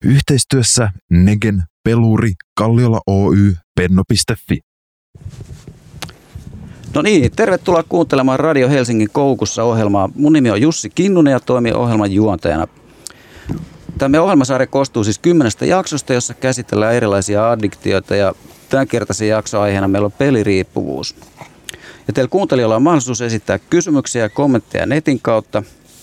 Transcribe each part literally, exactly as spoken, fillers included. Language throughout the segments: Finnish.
Yhteistyössä Negen, Peluri, Kalliola Oy, Penno piste fi. No niin, tervetuloa kuuntelemaan Radio Helsingin Koukussa -ohjelmaa. Mun nimi on Jussi Kinnunen ja toimin ohjelman juontajana. Tämä ohjelmasarja koostuu siis kymmenestä jaksosta, jossa käsitellään erilaisia addiktioita, ja tämänkertaisen jakson aiheena meillä on peliriippuvuus. Ja teillä kuuntelijoilla on mahdollisuus esittää kysymyksiä ja kommentteja netin kautta.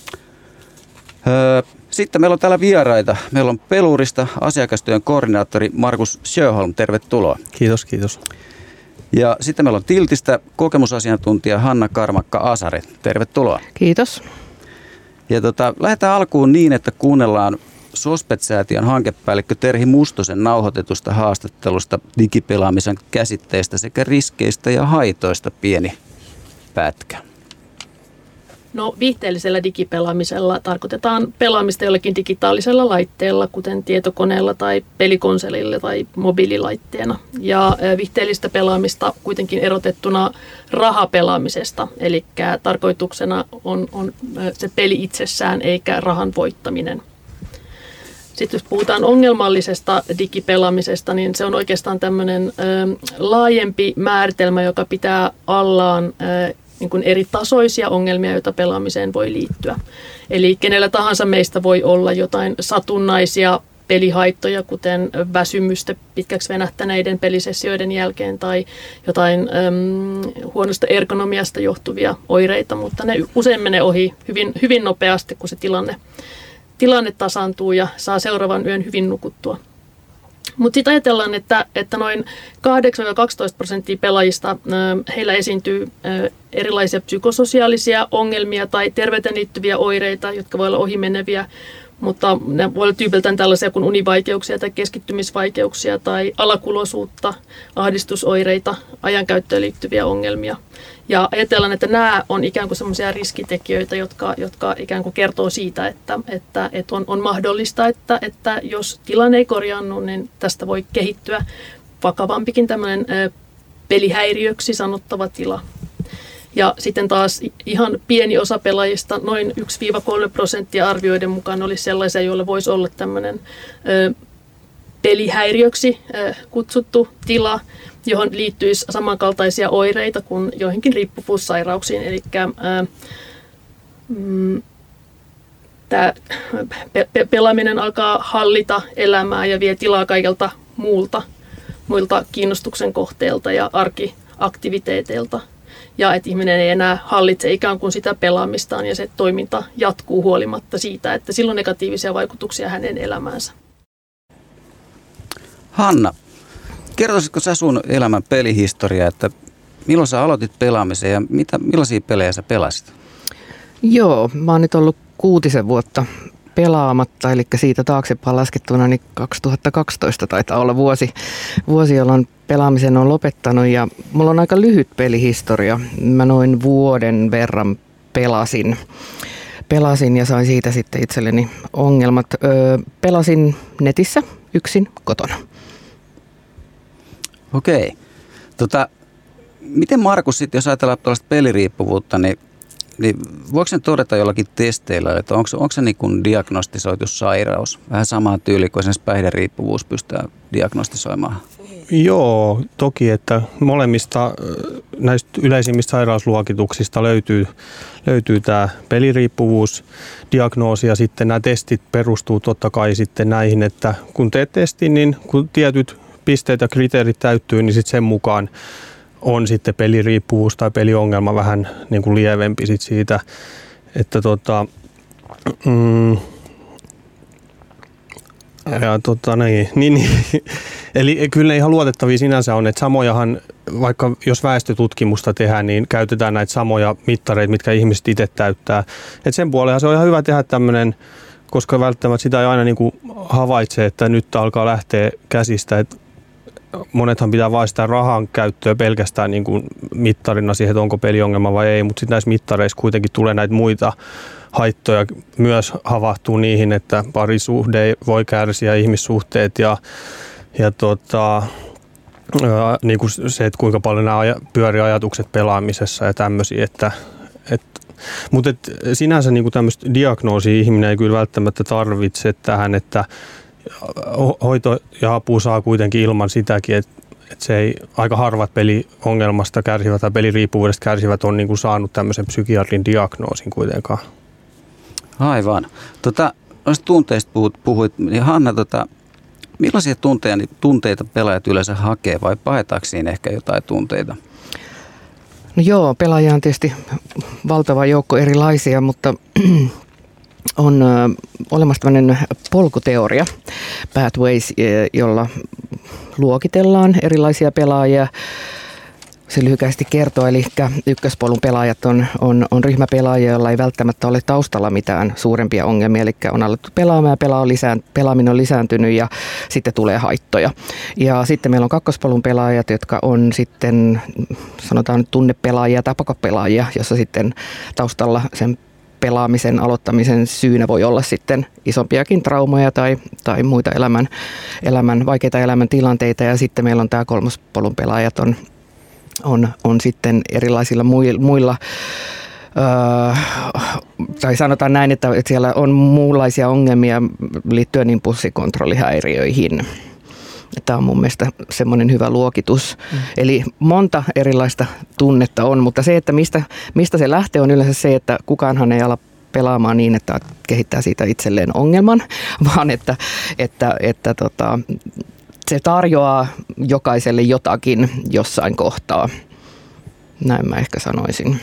Öö, sitten meillä on täällä vieraita. Meillä on Pelurista asiakastyön koordinaattori Markus Sjöholm. Tervetuloa. Kiitos, kiitos. Ja sitten meillä on Tiltistä kokemusasiantuntija Hanna Karmakka-Asare. Tervetuloa. Kiitos. Ja tota, lähdetään alkuun niin, että kuunnellaan Sospet-säätiön hankepäällikkö Terhi Mustosen nauhoitetusta haastattelusta digipelaamisen käsitteistä sekä riskeistä ja haitoista pieni pätkä. No, viihteellisellä digipelaamisella tarkoitetaan pelaamista jollakin digitaalisella laitteella, kuten tietokoneella tai pelikonsolilla tai mobiililaitteena. Ja viihteellistä pelaamista kuitenkin erotettuna rahapelaamisesta, eli tarkoituksena on, on se peli itsessään eikä rahan voittaminen. Sitten jos puhutaan ongelmallisesta digipelaamisesta, niin se on oikeastaan tämmöinen ö, laajempi määritelmä, joka pitää allaan ö, niin kuin eri tasoisia ongelmia, joita pelaamiseen voi liittyä. Eli kenellä tahansa meistä voi olla jotain satunnaisia pelihaittoja, kuten väsymystä pitkäksi venähtäneiden pelisessioiden jälkeen tai jotain äm, huonosta ergonomiasta johtuvia oireita, mutta ne usein menee ohi hyvin, hyvin nopeasti, kun se tilanne, tilanne tasaantuu ja saa seuraavan yön hyvin nukuttua. Mutta sitten ajatellaan, että, että noin kahdeksan kaksitoista prosenttia pelaajista, heillä esiintyy erilaisia psykososiaalisia ongelmia tai terveyteen liittyviä oireita, jotka voi olla ohimeneviä, mutta ne voi olla tyypiltään tällaisia kuin univaikeuksia tai keskittymisvaikeuksia tai alakuloisuutta, ahdistusoireita, ajankäyttöön liittyviä ongelmia. Ja ajatellaan, että nämä on ikään kuin sellaisia riskitekijöitä, jotka, jotka ikään kuin kertoo siitä, että, että, että on, on mahdollista, että, että jos tilanne ei korjaannu, niin tästä voi kehittyä vakavampikin tämmöinen pelihäiriöksi sanottava tila. Ja sitten taas ihan pieni osa pelaajista, noin yksi kolme prosenttia arvioiden mukaan olisi sellaisia, joilla voisi olla tämmöinen ö, pelihäiriöksi ö, kutsuttu tila, johon liittyisi samankaltaisia oireita kuin joihinkin riippuvuussairauksiin. Eli ö, mm, tämä pe- pe- pelaaminen alkaa hallita elämää ja vie tilaa kaikelta muulta, muilta kiinnostuksen kohteelta ja arkiaktiviteeteilta. Ja että ihminen ei enää hallitse ikään kuin sitä pelaamistaan ja se toiminta jatkuu huolimatta siitä, että sillä on negatiivisia vaikutuksia hänen elämäänsä. Hanna, kertoisitko sä sun elämän pelihistoriaa, että milloin sä aloitit pelaamisen ja mitä, millaisia pelejä sä pelasit? Joo, mä oon nyt ollut kuutisen vuotta pelaamatta, eli siitä taaksepäin laskettuna niin kaksituhattakaksitoista taitaa olla vuosi, vuosi, jolloin pelaamisen on lopettanut ja mulla on aika lyhyt pelihistoria. Mä noin vuoden verran pelasin, pelasin ja sain siitä sitten itselleni ongelmat. Öö, pelasin netissä yksin kotona. Okei. Tota, miten Markus sitten, jos ajatellaan tällaista peliriippuvuutta, niin Niin voiko sen todeta jollakin testeillä, että onko, onko se niin kuin diagnostisoitu sairaus? Vähän samaa tyyliä kuin esimerkiksi päihderiippuvuus pystytään diagnostisoimaan. Joo, toki, että molemmista näistä yleisimmistä sairausluokituksista löytyy, löytyy tämä peliriippuvuusdiagnoosi ja sitten nämä testit perustuu totta kai sitten näihin, että kun teet testin, niin kun tietyt pisteet ja kriteerit täyttyy, niin sitten sen mukaan on sitten peliriippuvuus tai peliongelma vähän niin kuin lievempi sit siitä, että tota, mm, ja tota niin, niin, niin, eli kyllä ihan luotettavia sinänsä on, että samojahan, vaikka jos väestötutkimusta tehdään, niin käytetään näitä samoja mittareita, mitkä ihmiset itse täyttää. Että sen puolella se on ihan hyvä tehdä tämmöinen, koska välttämättä sitä ei aina niin kuin havaitse, että nyt alkaa lähteä käsistä, että monethan pitää vain sitä rahan käyttöä pelkästään niin kuin mittarina siihen, että onko peliongelma vai ei, mutta sitten näissä mittareissa kuitenkin tulee näitä muita haittoja. Myös havahtuu niihin, että parisuhde voi kärsiä, ihmissuhteet ja, ja tota, ää, niin kuin se, että kuinka paljon nämä pyörii ajatukset pelaamisessa ja tämmöisiä. Että, et, mutta et sinänsä niin kuin tämmöistä diagnoosia ihminen ei kyllä välttämättä tarvitse tähän, että hoito ja apu saa kuitenkin ilman sitäkin, että et se ei, aika harvat peliongelmasta kärsivät tai peliriippuvuudesta kärsivät on niin kuin saanut tämmöisen psykiatrin diagnoosin kuitenkaan. Aivan. Tota, noista tunteista puhut, puhuit, niin Hanna, tota, millaisia tunteja, niin tunteita pelaajat yleensä hakee vai paetaanko siinä ehkä jotain tunteita? No joo, pelaajia on tietysti valtava joukko erilaisia, mutta on ö, olemassa tämmöinen polkuteoria, Pathways, jolla luokitellaan erilaisia pelaajia. Se lyhykäisesti kertoo, eli ykköspolun pelaajat on, on, on ryhmäpelaajia, joilla ei välttämättä ole taustalla mitään suurempia ongelmia, eli on alettu pelaamaan ja pelaa on lisään, pelaaminen on lisääntynyt ja sitten tulee haittoja. Ja sitten meillä on kakkospolun pelaajat, jotka on sitten, sanotaan nyt tunnepelaajia tai pakopelaajia, jossa sitten taustalla sen pelaamisen aloittamisen syynä voi olla sitten isompiakin traumoja tai, tai muita elämän, elämän, vaikeita elämäntilanteita. Ja sitten meillä on tämä kolmospolun pelaajat on On, on sitten erilaisilla muilla, öö, tai sanotaan näin, että siellä on muunlaisia ongelmia liittyen impulssikontrollihäiriöihin. Tämä on mun mielestä semmoinen hyvä luokitus. Mm. Eli monta erilaista tunnetta on, mutta se, että mistä, mistä se lähtee, on yleensä se, että kukaanhan ei ala pelaamaan niin, että kehittää siitä itselleen ongelman, vaan että, että, että tota, se tarjoaa jokaiselle jotakin jossain kohtaa. Näin mä ehkä sanoisin.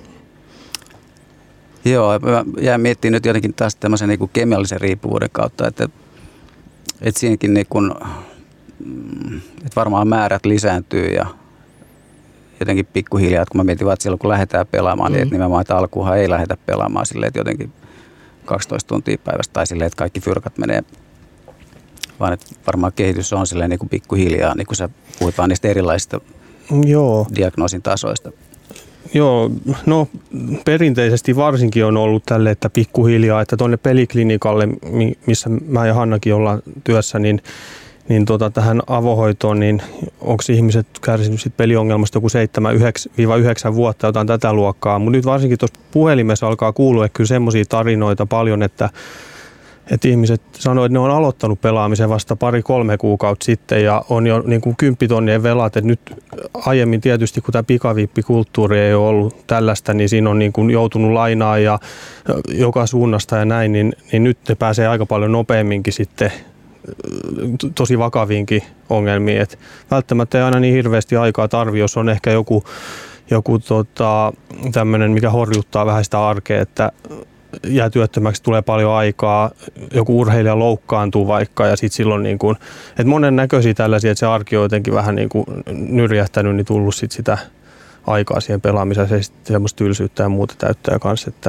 Joo, mä jään miettimään nyt jotenkin taas tämmöisen niin kuin kemiallisen riippuvuuden kautta, että, että siinäkin niin kuin, että varmaan määrät lisääntyy ja jotenkin pikkuhiljaa, että kun mä mietin vaan, että silloin kun lähdetään pelaamaan, mm. niin että nimenomaan, että alkuunhan ei lähdetä pelaamaan silleen, että jotenkin kaksitoista tuntia päivästä tai silleen, että kaikki fyrkat menee, vaan että varmaan kehitys on silleen niin kuin pikkuhiljaa, niin kuin sä puhuit vaan niistä erilaisista Joo. diagnoosin tasoista. Joo, no perinteisesti varsinkin on ollut tälle, että pikkuhiljaa, että tuonne peliklinikalle, missä mä ja Hannakin ollaan työssä, niin, niin tota, tähän avohoitoon, niin onko ihmiset kärsinyt sit peliongelmasta joku seitsemän yhdeksän vuotta, jotain tätä luokkaa. Mutta nyt varsinkin tuossa puhelimessa alkaa kuulua kyllä semmoisia tarinoita paljon, että Että ihmiset sanoivat, että ne on aloittanut pelaamisen vasta pari-kolme kuukautta sitten ja on jo niin kuin kymppitonnien velat. Että nyt aiemmin tietysti, kun tämä pikaviippikulttuuri ei ole ollut tällaista, niin siinä on niin kuin joutunut lainaa ja joka suunnasta ja näin, niin, niin nyt ne pääsee aika paljon nopeamminkin sitten tosi vakaviinkin ongelmiin. Et välttämättä ei aina niin hirveästi aikaa tarvitse, jos on ehkä joku, joku tota, tämmöinen, mikä horjuttaa vähän sitä arkea, että jää työttömäksi, tulee paljon aikaa, joku urheilija loukkaantuu vaikka ja sitten silloin niin kuin, että monen näköisiä tällaisia, että se arki on jotenkin vähän niin kuin nyrjähtänyt, niin tullut sit sitä aikaa siihen pelaamiseen, se sitten semmoista tylsyyttä ja muuta täyttää kanssa, että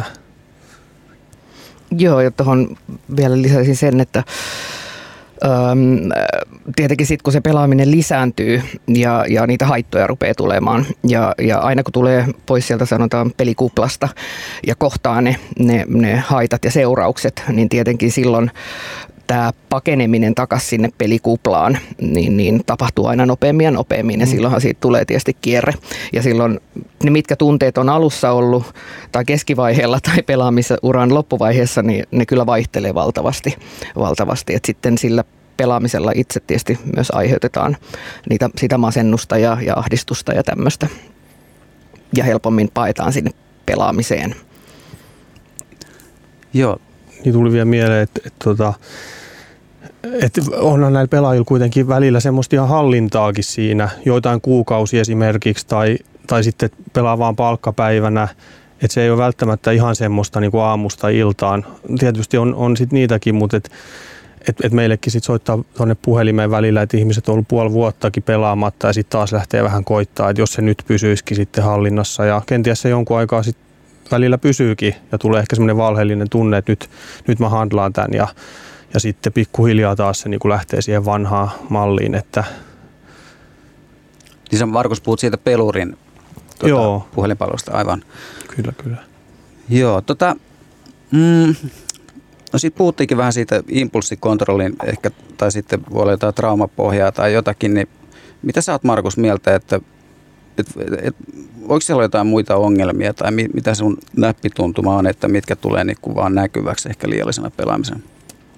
Joo, ja tuohon vielä lisäisin sen, että Öm, tietenkin sitten kun se pelaaminen lisääntyy ja, ja niitä haittoja rupeaa tulemaan ja, ja aina kun tulee pois sieltä sanotaan pelikuplasta ja kohtaa ne, ne, ne haitat ja seuraukset, niin tietenkin silloin tämä pakeneminen takaisin sinne pelikuplaan niin, niin tapahtuu aina nopeammin ja nopeammin ja mm. silloinhan siitä tulee tietysti kierre. Ja silloin ne mitkä tunteet on alussa ollut tai keskivaiheella tai pelaamisuran loppuvaiheessa, niin ne kyllä vaihtelee valtavasti. valtavasti. Et sitten sillä pelaamisella itse tietysti myös aiheutetaan niitä, sitä masennusta ja, ja ahdistusta ja tämmöistä. Ja helpommin paetaan sinne pelaamiseen. Joo. Niin tuli vielä mieleen, että, että, että, että onhan näillä pelaajilla kuitenkin välillä semmoista ihan hallintaakin siinä, joitain kuukausia esimerkiksi, tai, tai sitten pelaa vaan palkkapäivänä, että se ei ole välttämättä ihan semmoista niin kuin aamusta iltaan. Tietysti on, on sitten niitäkin, mutta et, et, et meillekin sitten soittaa tuonne puhelimeen välillä, että ihmiset on ollut puoli vuottakin pelaamatta ja sitten taas lähtee vähän koittaa, että jos se nyt pysyisikin sitten hallinnassa ja kenties se jonkun aikaa sitten välillä pysyykin ja tulee ehkä semmoinen valheellinen tunne, että nyt, nyt mä handlaan tämän ja, ja sitten pikkuhiljaa taas se niin kuin lähtee siihen vanhaan malliin. Että niin sä Markus puhut siitä pelurin tuota, puhelinpalvelusta aivan. Kyllä, kyllä. Joo, tota, mm, no sit puhuttiinkin vähän siitä impulssikontrollin ehkä, tai sitten voi olla jotain traumapohjaa tai jotakin, niin mitä sä oot Markus mieltä, että et, et, voiko siellä olla jotain muita ongelmia tai mitä sun näppituntuma on, että mitkä tulee niin kuin vaan näkyväksi ehkä liiallisena pelaamisena?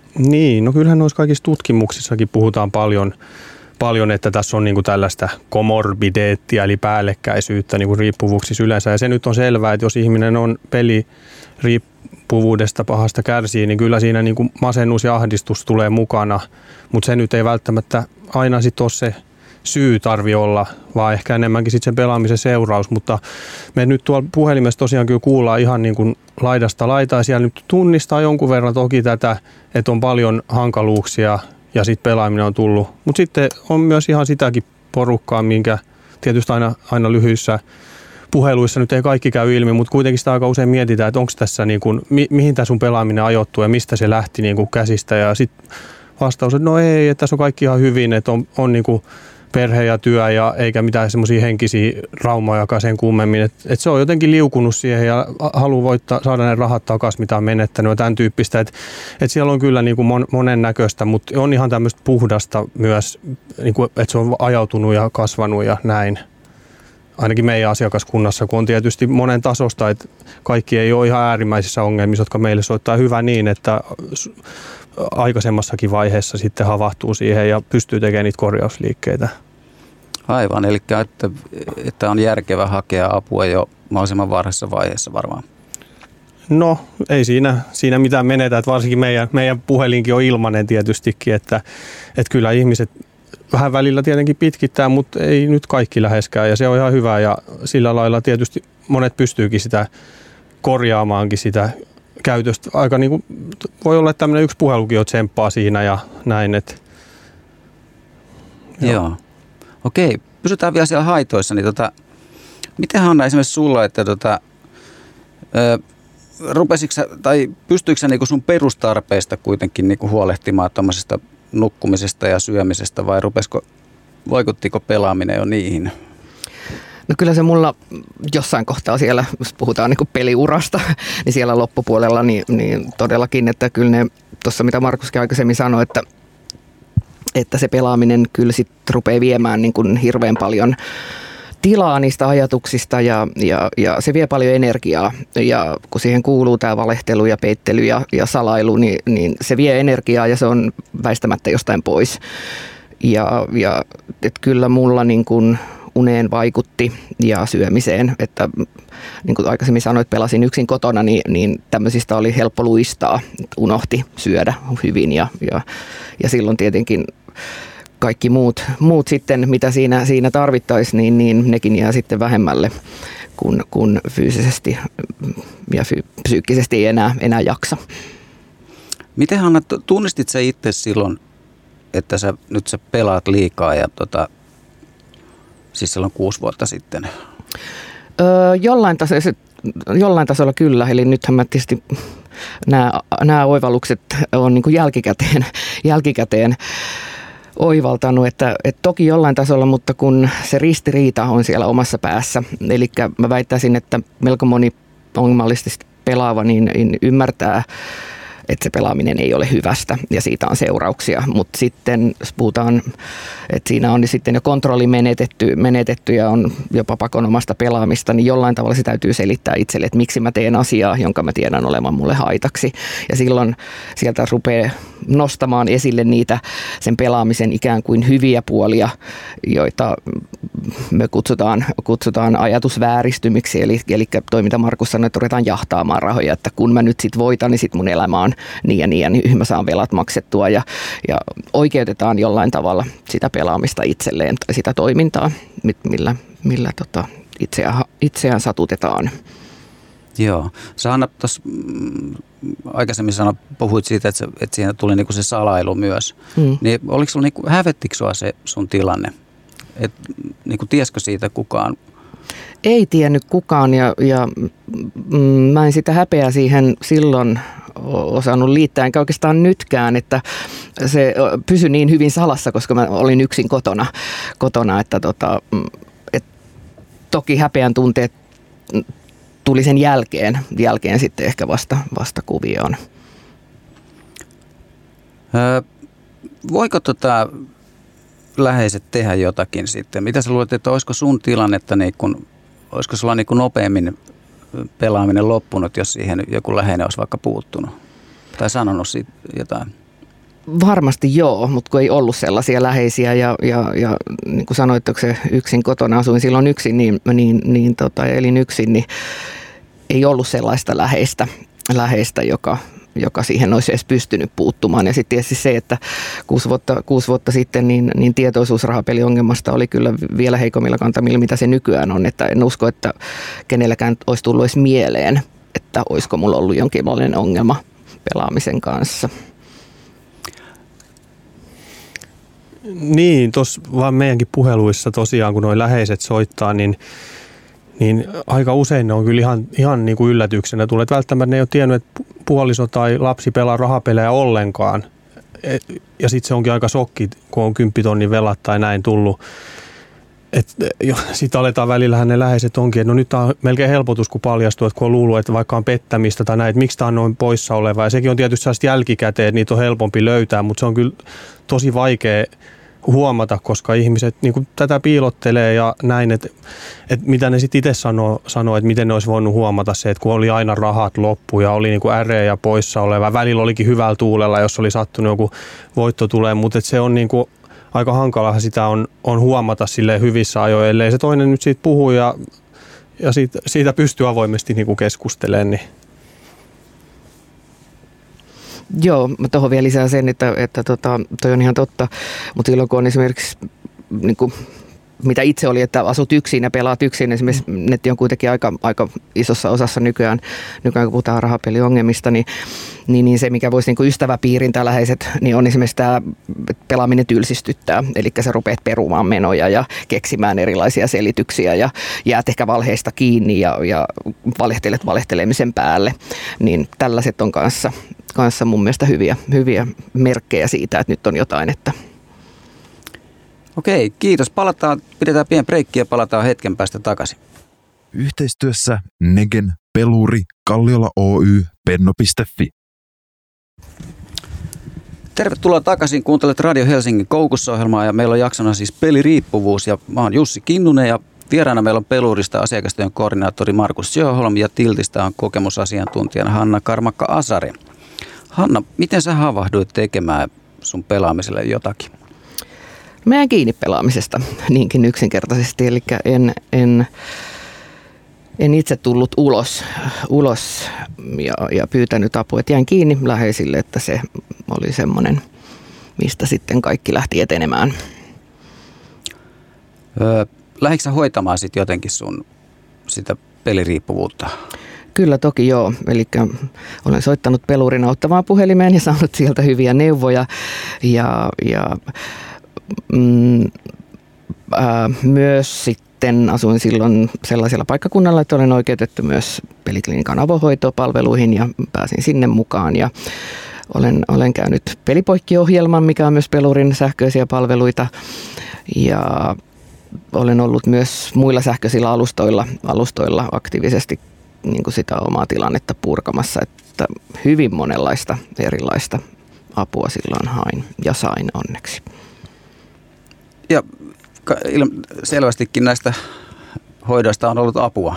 Niin, no kyllähän noissa kaikissa tutkimuksissakin puhutaan paljon, paljon että tässä on niinku tällaista komorbideettia eli päällekkäisyyttä niinku riippuvuuksissa yleensä. Ja se nyt on selvää, että jos ihminen on peliriippuvuudesta pahasta kärsii, niin kyllä siinä niinku masennus ja ahdistus tulee mukana. Mutta se nyt ei välttämättä aina sitten ole se syy tarvi olla, vaan ehkä enemmänkin sitten sen pelaamisen seuraus. Mutta me nyt tuolla puhelimessa tosiaan kyllä kuullaan ihan niin kuin laidasta laitaa. Siellä nyt tunnistaa jonkun verran toki tätä, että on paljon hankaluuksia ja sitten pelaaminen on tullut. Mutta sitten on myös ihan sitäkin porukkaa, minkä tietysti aina, aina lyhyissä puheluissa nyt ei kaikki käy ilmi, mutta kuitenkin sitä aika usein mietitään, että onko tässä niin kuin, mi, mihin tämä sun pelaaminen ajoittuu ja mistä se lähti niin kuin käsistä. Ja sitten vastaus, että no ei, että tässä on kaikki ihan hyvin, että on, on niin kuin perhe ja työ ja eikä mitään semmoisia henkisiä traumojakaan sen kummemmin. Että et se on jotenkin liukunut siihen ja haluaa voittaa, saada ne rahat takaisin, mitä on menettänyt ja tämän tyyppistä. Että et siellä on kyllä niin kuin mon, monennäköistä, mutta on ihan tämmöistä puhdasta myös, niin kuin, että se on ajautunut ja kasvanut ja näin. Ainakin meidän asiakaskunnassa, kun on tietysti monen tasosta, että kaikki ei ole ihan äärimmäisissä ongelmissa, jotka meille soittaa hyvä niin, että aikaisemmassakin vaiheessa sitten havahtuu siihen ja pystyy tekemään niitä korjausliikkeitä. Aivan, eli että, että on järkevä hakea apua jo mahdollisimman varhaisessa vaiheessa varmaan. No, ei siinä, siinä mitään menetä, että varsinkin meidän, meidän puhelinkin on ilmainen tietystikin, että, että kyllä ihmiset vähän välillä tietenkin pitkittää, mutta ei nyt kaikki läheskään ja se on ihan hyvä ja sillä lailla tietysti monet pystyykin sitä korjaamaankin sitä käytöstä. Aika niin kuin, voi olla, että tämmöinen yksi puhelukin jo tsemppaa siinä ja näin. Että, joo. joo. Okei, pysytään vielä siellä haitoissa. Niin tota, miten Hanna esimerkiksi sulla, että tota, ö, rupesitko sä, tai pystyykö sä niinku sun perustarpeista kuitenkin niinku huolehtimaan tuommoisesta nukkumisesta ja syömisestä vai rupesiko, vaikuttiko pelaaminen jo niihin? No kyllä se mulla jossain kohtaa siellä, jos puhutaan niin kuin peliurasta, niin siellä loppupuolella niin, niin todellakin, että kyllä ne, tuossa mitä Markuskin aikaisemmin sanoi, että, että se pelaaminen kyllä sitten rupeaa viemään niin kuin hirveän paljon tilaa niistä ajatuksista ja, ja, ja se vie paljon energiaa ja kun siihen kuuluu tämä valehtelu ja peittely ja, ja salailu, niin, niin se vie energiaa ja se on väistämättä jostain pois. Ja, ja et kyllä mulla niin kuin uneen vaikutti ja syömiseen, että niin kuin aikaisemmin sanoin, että pelasin yksin kotona, niin, niin tämmöisistä oli helppo luistaa, unohti syödä hyvin ja, ja, ja silloin tietenkin kaikki muut, muut sitten, mitä siinä, siinä tarvittaisiin, niin, niin nekin jää sitten vähemmälle, kun, kun fyysisesti ja fy, psyykkisesti ei enää, enää jaksa. Miten Hanna, tunnistit sä itse silloin, että sä, nyt sä pelaat liikaa ja tota, siis silloin kuusi vuotta sitten? Öö, jollain, tasolla, jollain tasolla kyllä, eli nythän mä tietysti nämä, nämä oivallukset on niin kuin jälkikäteen, jälkikäteen oivaltanut, että, että toki jollain tasolla, mutta kun se ristiriita on siellä omassa päässä, eli mä väittäisin, että melko moni ongelmallisesti pelaava niin, niin ymmärtää, että se pelaaminen ei ole hyvästä ja siitä on seurauksia, mutta sitten jos puhutaan, että siinä on sitten jo kontrolli menetetty, menetetty ja on jopa pakonomasta pelaamista, niin jollain tavalla se täytyy selittää itselle, että miksi mä teen asiaa, jonka mä tiedän olevan mulle haitaksi. Ja silloin sieltä rupeaa nostamaan esille niitä sen pelaamisen ikään kuin hyviä puolia, joita me kutsutaan, kutsutaan ajatusvääristymiksi, eli, eli toiminta Markus sanoi, että ruvetaan jahtaamaan rahoja, että kun mä nyt sit voitan, niin sit mun elämä on niin ja niin ja niin mä saan velat maksettua ja, ja oikeutetaan jollain tavalla sitä pelaamista itselleen tai sitä toimintaa, millä, millä tota, itseään, itseään satutetaan. Joo. Sä Hanna tuossa mm, aikaisemmin sano, puhuit siitä, että, se, että siinä tuli niinku se salailu myös. Mm. Niin oliko sulla niinku, hävettikö sua se sun tilanne? Et, niinku, tiesikö siitä kukaan? Ei tiennyt kukaan ja, ja mm, mä en sitä häpeää siihen silloin osannut liittää, enkä oikeastaan nytkään, että se pysyi niin hyvin salassa, koska mä olin yksin kotona, kotona että tota, et toki häpeän tunteet tuli sen jälkeen, jälkeen sitten ehkä vasta, vasta kuvioon. Öö, voiko tota läheiset tehdä jotakin sitten? Mitä sä luulet, että olisiko sun tilannetta, niin kun, olisiko sulla niin kun nopeammin pelaaminen loppunut, jos siihen joku läheinen olisi vaikka puuttunut tai sanonut siitä jotain? Varmasti joo, mutta kun ei ollut sellaisia läheisiä ja, ja, ja niin kuin sanoit, että se yksin kotona asuin silloin yksin, niin, niin, niin tota, elin yksin, niin ei ollut sellaista läheistä, läheistä joka, joka siihen olisi edes pystynyt puuttumaan. Ja sitten tietysti se, että kuusi vuotta, kuusi vuotta sitten niin, niin tietoisuus rahapeliongelmasta oli kyllä vielä heikommilla kantamilla, mitä se nykyään on. Että en usko, että kenelläkään olisi tullut edes mieleen, että olisiko mulla ollut jonkinlainen ongelma pelaamisen kanssa. Niin, tuossa vaan meidänkin puheluissa tosiaan, kun nuo läheiset soittaa, niin, niin aika usein ne on kyllä ihan, ihan niin kuin yllätyksenä tullut. Että välttämättä ne ei ole tiennyt, että puoliso tai lapsi pelaa rahapelejä ollenkaan. Ja sitten se onkin aika shokki, kun on kymppitonnin velat tai näin tullut. Sitten aletaan välillähän ne läheiset onkin, että no nyt on melkein helpotus, kun paljastuu, että kun on luullut, että vaikka on pettämistä tai näin, että miksi tämä on noin poissa oleva. Ja sekin on tietysti sellaista jälkikäteen, että niitä on helpompi löytää, mutta se on kyllä tosi vaikea huomata, koska ihmiset niin kuin tätä piilottelee ja näin, että, että mitä ne sitten itse sanoo, sanoo, että miten ne olisi voinut huomata se, että kun oli aina rahat loppu ja oli niin kuin äreä ja poissa oleva. Välillä olikin hyvällä tuulella, jos oli sattunut joku voitto tulee, mutta se on niin kuin aika hankalahan sitä on, on huomata silleen hyvissä ajoin, ellei se toinen nyt siitä puhuu ja, ja siitä, siitä pystyy avoimesti niin kuin keskustelemaan. Niin. Joo, mä tuohon vielä lisää sen, että, että tota, toi on ihan totta, mutta silloin kun on esimerkiksi niin kuin, mitä itse oli, että asut yksin ja pelaat yksin, esimerkiksi netti on kuitenkin aika, aika isossa osassa nykyään, nykyään kun puhutaan rahapeliongelmista, niin, niin, niin se, mikä voisi niin kuin ystäväpiirin tai läheiset, niin on esimerkiksi tämä, että pelaaminen tylsistyttää, eli sä rupeat perumaan menoja ja keksimään erilaisia selityksiä ja jäät ehkä valheista kiinni ja, ja valehtelet valehtelemisen päälle, niin tällaiset on kanssa, kanssa mun mielestä hyviä, hyviä merkkejä siitä, että nyt on jotain, että okei, kiitos. Palataan, pidetään pieni breikki ja palataan hetken päästä takaisin. Yhteistyössä Negen, Peluri, Kalliola Oy, Penno piste fi. Tervetuloa takaisin. Kuuntelet Radio Helsingin Koukussa-ohjelmaa ja meillä on jaksona siis peliriippuvuus ja mä oon Jussi Kinnunen ja vieraana meillä on Pelurista asiakastyön koordinaattori Markus Sjöholm ja Tiltistä on kokemusasiantuntijana Hanna Karmakka-Asari. Hanna, miten sä havahduit tekemään sun pelaamiselle jotakin? Mä jään kiinni pelaamisesta niinkin yksinkertaisesti, eli en, en, en itse tullut ulos, ulos ja, ja pyytänyt apua. Et jäin kiinni läheisille, että se oli semmoinen, mistä sitten kaikki lähti etenemään. Öö, lähdikö sä hoitamaan sitten jotenkin sun sitä peliriippuvuutta? Kyllä toki joo, eli olen soittanut pelurin auttavaan puhelimeen ja saanut sieltä hyviä neuvoja ja, ja Mm, ää, myös sitten asuin silloin sellaisella paikkakunnalla, että olen oikeutettu myös peliklinikan avohoitopalveluihin ja pääsin sinne mukaan. Ja olen, olen käynyt pelipoikkiohjelman, mikä on myös pelurin sähköisiä palveluita. Ja olen ollut myös muilla sähköisillä alustoilla, alustoilla aktiivisesti niin kuin sitä omaa tilannetta purkamassa. Että hyvin monenlaista erilaista apua silloin hain ja sain onneksi. Ja selvästikin näistä hoidoista on ollut apua.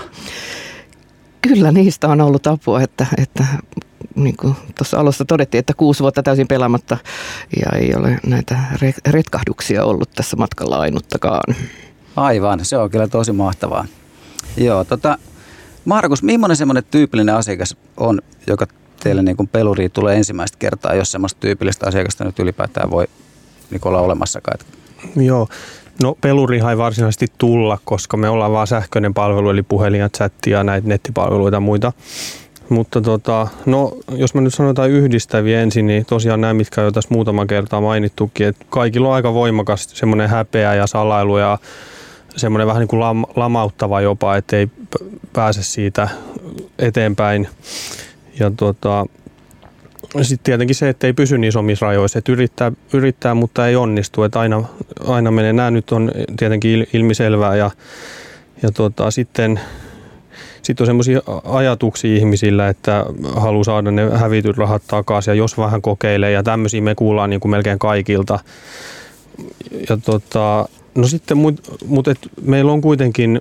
Kyllä niistä on ollut apua, että, että niin kuin tuossa alussa todettiin, että kuusi vuotta täysin pelaamatta ja ei ole näitä retkahduksia ollut tässä matkalla ainuttakaan. Aivan, se on kyllä tosi mahtavaa. Joo, tota, Markus, millainen semmoinen tyypillinen asiakas on, joka teille niin kuin peluriin tulee ensimmäistä kertaa, jos semmoista tyypillistä asiakasta nyt ylipäätään voi niin olla olemassakaan? Joo, no pelurihan ei varsinaisesti tulla, koska me ollaan vaan sähköinen palvelu, eli puhelin ja chatti ja näitä nettipalveluita ja muita. Mutta tota, no, jos mä nyt sanon jotain yhdistäviä ensin, niin tosiaan nämä, mitkä on jo tässä muutama kertaa mainittukin, että kaikilla on aika voimakas semmoinen häpeä ja salailu ja semmoinen vähän niin kuin lam, lamauttava jopa, ettei pääse siitä eteenpäin. Ja tota, sitten tietenkin se, että ei pysy niissä omissa rajoissa, että yrittää, yrittää mutta ei onnistu, että aina, aina menee. Nämä nyt on tietenkin ilmiselvää ja, ja tota, sitten sit on semmoisia ajatuksia ihmisillä, että haluaa saada ne hävityt rahat takaisin ja jos vähän kokeilee ja tämmöisiä me kuullaan niin kuin melkein kaikilta. Ja tota, no sitten, mutta mut meillä on kuitenkin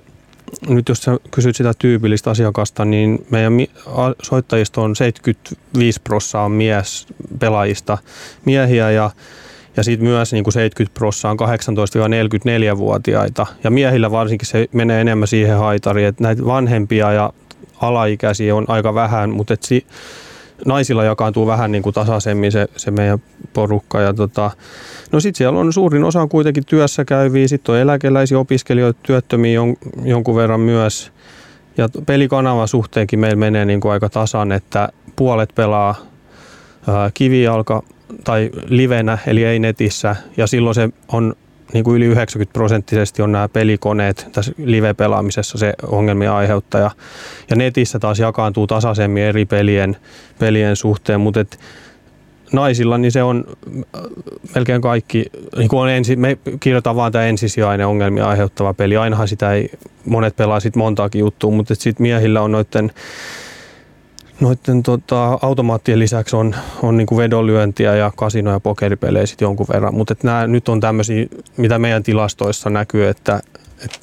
nyt jos sä kysyt sitä tyypillistä asiakasta, niin meidän soittajista on seitsemänkymmentäviisi prosenttia on mies pelaajista miehiä ja Ja sitten myös niin kuin seitsemänkymmentä prosenttia on kahdeksantoista neljäkymmentäneljä-vuotiaita. Ja miehillä varsinkin se menee enemmän siihen haitariin, että näitä vanhempia ja alaikäisiä on aika vähän, mutta et si- naisilla jakaantuu vähän niin kuin tasaisemmin se, se meidän porukka. Ja tota, no sitten siellä on suurin osa on kuitenkin työssä käyviä, sitten on eläkeläisiä, opiskelijoita, työttömiä jon, jonkun verran myös. Ja pelikanavan suhteenkin meillä menee niin kuin aika tasan, että puolet pelaa ää, kivijalka tai livenä, eli ei netissä, ja silloin se on niin kuin yli yhdeksänkymmentä prosenttisesti on nämä pelikoneet tässä live-pelaamisessa se ongelmia aiheuttaja. Ja netissä taas jakaantuu tasaisemmin eri pelien, pelien suhteen, mutta et naisilla niin se on melkein kaikki, niin kuin on ensi, me kirjoitetaan vaan tämä ensisijainen ongelmia aiheuttava peli. Ainahan sitä ei, monet pelaa sit montaakin juttua, mutta sitten miehillä on noiden Noiden tota, automaattien lisäksi on, on niinku vedonlyöntiä ja kasino- ja pokeripelejä sit jonkun verran, mutta nämä nyt on tämmöisiä, mitä meidän tilastoissa näkyy, että, että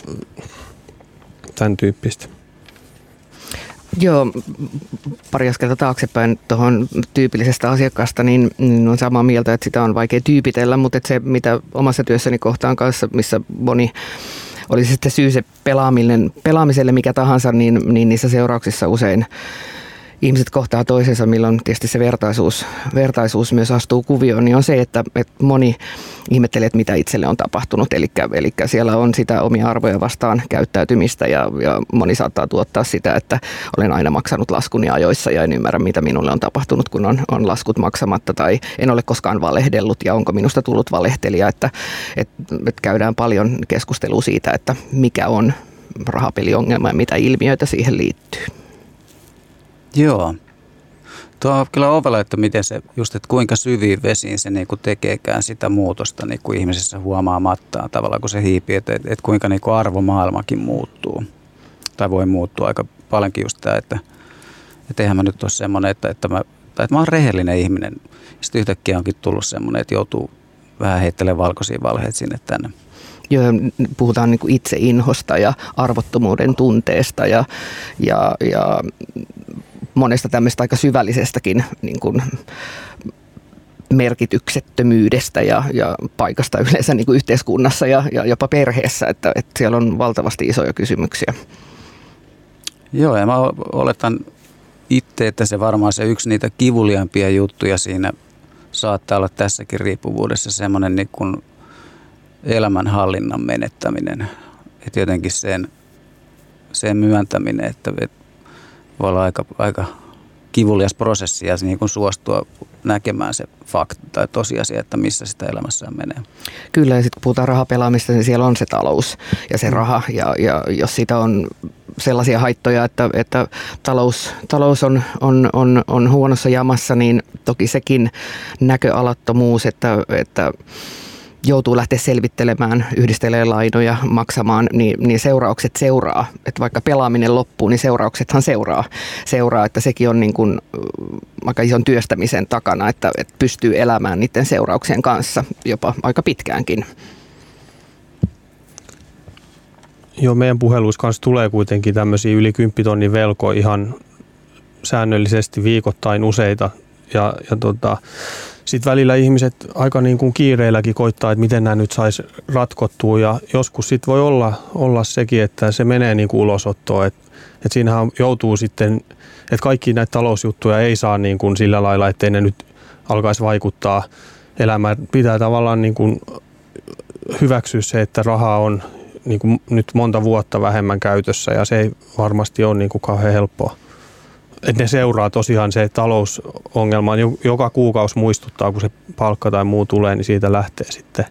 tämän tyyppistä. Joo, pari askelta taaksepäin tuohon tyypillisestä asiakkaasta, niin, niin on samaa mieltä, että sitä on vaikea tyypitellä, mutta että se, mitä omassa työssäni kohtaan kanssa, missä moni oli se sitten syy se pelaaminen, pelaamiselle mikä tahansa, niin, niin niissä seurauksissa usein ihmiset kohtaa toisensa, milloin tietysti se vertaisuus, vertaisuus myös astuu kuvioon, niin on se, että, että moni ihmettelee, että mitä itselle on tapahtunut. Eli, eli siellä on sitä omia arvoja vastaan käyttäytymistä ja, ja moni saattaa tuottaa sitä, että olen aina maksanut laskuni ajoissa ja en ymmärrä, mitä minulle on tapahtunut, kun on, on laskut maksamatta tai en ole koskaan valehdellut ja onko minusta tullut valehtelija. Että, että, että käydään paljon keskustelua siitä, että mikä on rahapeliongelma ja mitä ilmiöitä siihen liittyy. Joo. Tuo on kyllä ovela, että miten se, just, että kuinka syviin vesiin se niin kuin tekeekään sitä muutosta niin kuin ihmisessä huomaamattaan tavallaan, kun se hiipii, että, että kuinka niin kuin arvomaailmakin muuttuu. Tai voi muuttua aika paljonkin just tämä, että, että eihän mä nyt ole semmoinen, että, että, mä, tai että mä oon rehellinen ihminen. Sitten yhtäkkiä onkin tullut semmoinen, että joutuu vähän heittelemään valkoisia valheita sinne tänne. Joo, puhutaan niin kuin itseinhosta ja arvottomuuden tunteesta ja, ja, ja monesta tämmöistä aika syvällisestäkin niin kuin merkityksettömyydestä ja, ja paikasta yleensä niin kuin yhteiskunnassa ja, ja jopa perheessä, että, että siellä on valtavasti isoja kysymyksiä. Joo, ja mä oletan itse, että se varmaan se yksi niitä kivuliampia juttuja siinä saattaa olla tässäkin riippuvuudessa semmoinen niin kuin elämänhallinnan menettäminen. Että jotenkin sen, sen myöntäminen, että, että voi olla aika, aika kivulias prosessi ja niin kuin suostua näkemään se fakta tai tosiasia, että missä sitä elämässään menee. Kyllä, ja sitten kun puhutaan rahapelaamista, niin siellä on se talous ja se raha. Ja, ja jos siitä on sellaisia haittoja, että, että talous, talous on, on, on, on huonossa jamassa, niin toki sekin näköalattomuus, että, että joutuu lähteä selvittelemään, yhdistelemään lainoja, maksamaan, niin, niin seuraukset seuraa. Että vaikka pelaaminen loppuu, niin seurauksethan seuraa. Seuraa, että sekin on niin kuin aika ison työstämisen takana, että, että pystyy elämään niiden seurauksien kanssa jopa aika pitkäänkin. Joo, meidän puheluissa kanssa tulee kuitenkin tämmöisiä yli kymppitonnin velkoja ihan säännöllisesti viikoittain useita. Ja, ja tota, sitten välillä ihmiset aika niin kuin kiireilläkin koittaa, että miten nämä nyt saisi ratkottua. Ja joskus sitten voi olla, olla sekin, että se menee niin kuin ulosottoon. Että et siinähän joutuu sitten, että kaikki näitä talousjuttuja ei saa niin kuin sillä lailla, ettei ne nyt alkaisi vaikuttaa elämään. Pitää tavallaan niin kuin hyväksyä se, että rahaa on niin kuin nyt monta vuotta vähemmän käytössä ja se ei varmasti ole niin kuin kauhean helppoa. Että ne seuraa tosiaan se talousongelma, joka kuukausi muistuttaa, kun se palkka tai muu tulee, niin siitä lähtee sitten.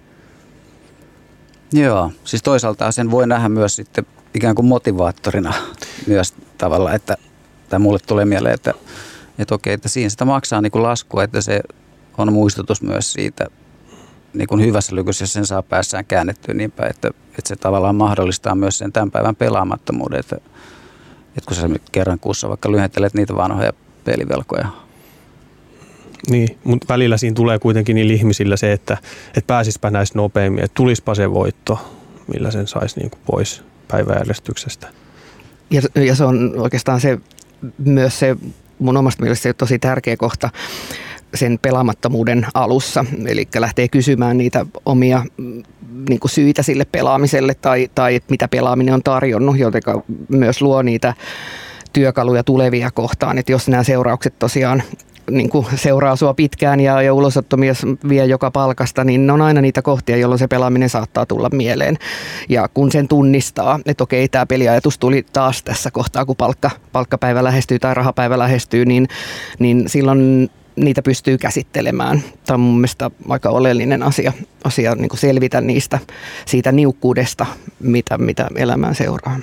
Joo, siis toisaalta sen voi nähdä myös sitten ikään kuin motivaattorina myös tavalla, että tai mulle tulee mieleen, että, että okei, että siinä sitä maksaa niin kuin laskua, että se on muistutus myös siitä niin kuin hyvässä lykyssä, jos sen saa päässään käännettyä niin päin, että, että se tavallaan mahdollistaa myös sen tämän päivän pelaamattomuuden, että että kun sä kerran kuussa vaikka lyhentelet niitä vanhoja pelivelkoja. Niin, mutta välillä siinä tulee kuitenkin niillä ihmisillä se, että, että pääsispä näistä nopeammin, että tulispa se voitto, millä sen saisi niin kuin pois. päiväjärjestyksestä. Ja, ja se on oikeastaan se, myös se mun omasta mielestä se tosi tärkeä kohta sen pelaamattomuuden alussa. Eli lähtee kysymään niitä omia niin kuin syitä sille pelaamiselle tai, tai mitä pelaaminen on tarjonnut, joten myös luo niitä työkaluja tulevia kohtaan. Että jos nämä seuraukset tosiaan niin kuin seuraa sua pitkään ja, ja ulosottomies vie joka palkasta, niin ne on aina niitä kohtia, jolloin se pelaaminen saattaa tulla mieleen. Ja kun sen tunnistaa, että okei, tämä peliajatus tuli taas tässä kohtaa, kun palkka, palkkapäivä lähestyy tai rahapäivä lähestyy, niin, niin silloin niitä pystyy käsittelemään. Tämä on mun mielestä aika oleellinen asia, asia niin kuin selvitä niistä, siitä niukkuudesta, mitä, mitä elämään seuraa.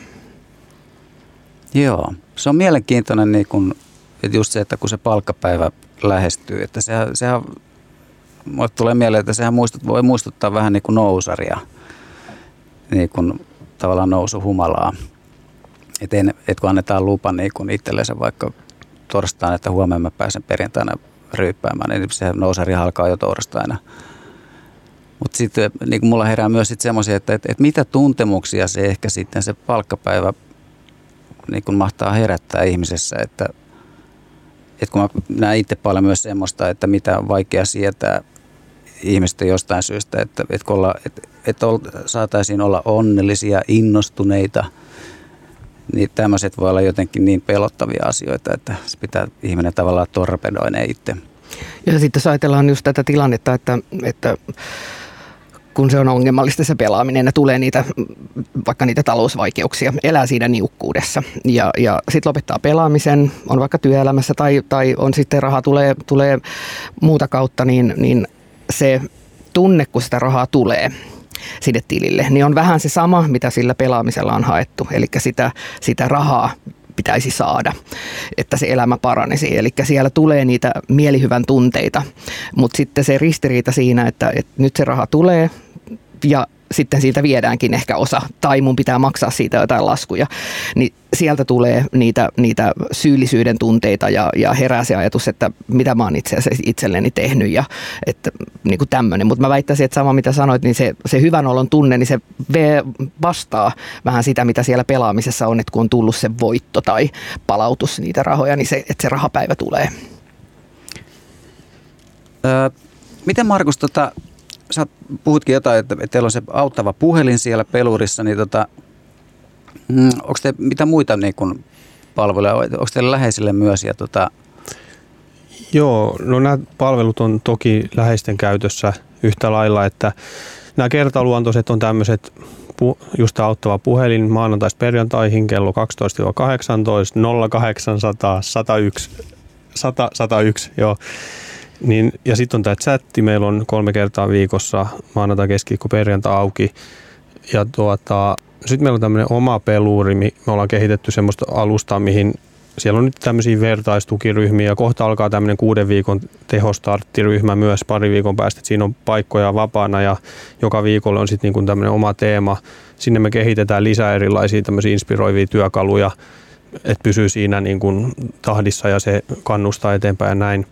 Joo, se on mielenkiintoinen niin kun, että just se, että kun se palkkapäivä lähestyy, että sehän, sehän mulle tulee mieleen, että sehän muistut, voi muistuttaa vähän niin kuin nousaria, niin kuin tavallaan nousuhumalaa. Että et kun annetaan lupa niin kuin itsellensä vaikka torstaina, että huomenna mä pääsen perjantaina ryyppäämään, niin se nousari alkaa jo torstaina. Mutta sitten niin kuin mulla herää myös sitten semmoisia, että et, et mitä tuntemuksia se ehkä sitten se palkkapäivä niin kuin mahtaa herättää ihmisessä, että et kun mä näen itse paljon myös semmoista, että mitä on vaikea sietää ihmisten jostain syystä, että et olla, et, et ol, saataisiin olla onnellisia, innostuneita, niin tämmöiset voi olla jotenkin niin pelottavia asioita, että se pitää ihminen tavallaan torpedoida itse. Ja sitten jos ajatellaan just tätä tilannetta, että, että kun se on ongelmallista se pelaaminen ja tulee niitä, vaikka niitä talousvaikeuksia, elää siinä niukkuudessa ja, ja sitten lopettaa pelaamisen, on vaikka työelämässä tai, tai on sitten raha tulee, tulee muuta kautta, niin, niin se tunne, kun sitä rahaa tulee sinne tilille, niin on vähän se sama, mitä sillä pelaamisella on haettu, eli sitä, sitä rahaa pitäisi saada, että se elämä paranisi. Eli siellä tulee niitä mielihyvän tunteita, mutta sitten se ristiriita siinä, että, että nyt se raha tulee ja sitten siitä viedäänkin ehkä osa, tai mun pitää maksaa siitä jotain laskuja, niin sieltä tulee niitä, niitä syyllisyyden tunteita ja, ja herää se ajatus, että mitä mä oon itse asiassa itselleni tehnyt ja että niin kuin tämmöinen. Mutta mä väittäisin, että sama mitä sanoit, niin se, se hyvän olon tunne, niin se vastaa vähän sitä, mitä siellä pelaamisessa on, että kun on tullut se voitto tai palautus niitä rahoja, niin se, että se rahapäivä tulee. Öö, miten Markus, tota, sä puhutkin jotain, että teillä on se auttava puhelin siellä pelurissa, niin tota, mm, onko te mitä muita niin kun palveluja, onko teillä läheisille myös? Ja tota... Joo, no nämä palvelut on toki läheisten käytössä yhtä lailla, että nämä kertaluontoiset on tämmöiset, just auttava puhelin maanantaista perjantaihin kello kaksitoista kahdeksantoista nolla kahdeksansataa sata yksi sata sata yksi, joo. Niin, ja sitten on tämä chatti, meillä on kolme kertaa viikossa maanantai, keskiviikko, perjantai auki. Ja tuota, sitten meillä on tämmöinen oma peluri, me ollaan kehitetty semmoista alustaa, mihin siellä on nyt tämmöisiä vertaistukiryhmiä. Ja kohta alkaa tämmöinen kuuden viikon tehostarttiryhmä myös pari viikon päästä, että siinä on paikkoja vapaana ja joka viikolla on sitten niin tämmöinen oma teema. Sinne me kehitetään lisää erilaisia tämmöisiä inspiroivia työkaluja, että pysyy siinä niin kuin tahdissa ja se kannustaa eteenpäin ja näin.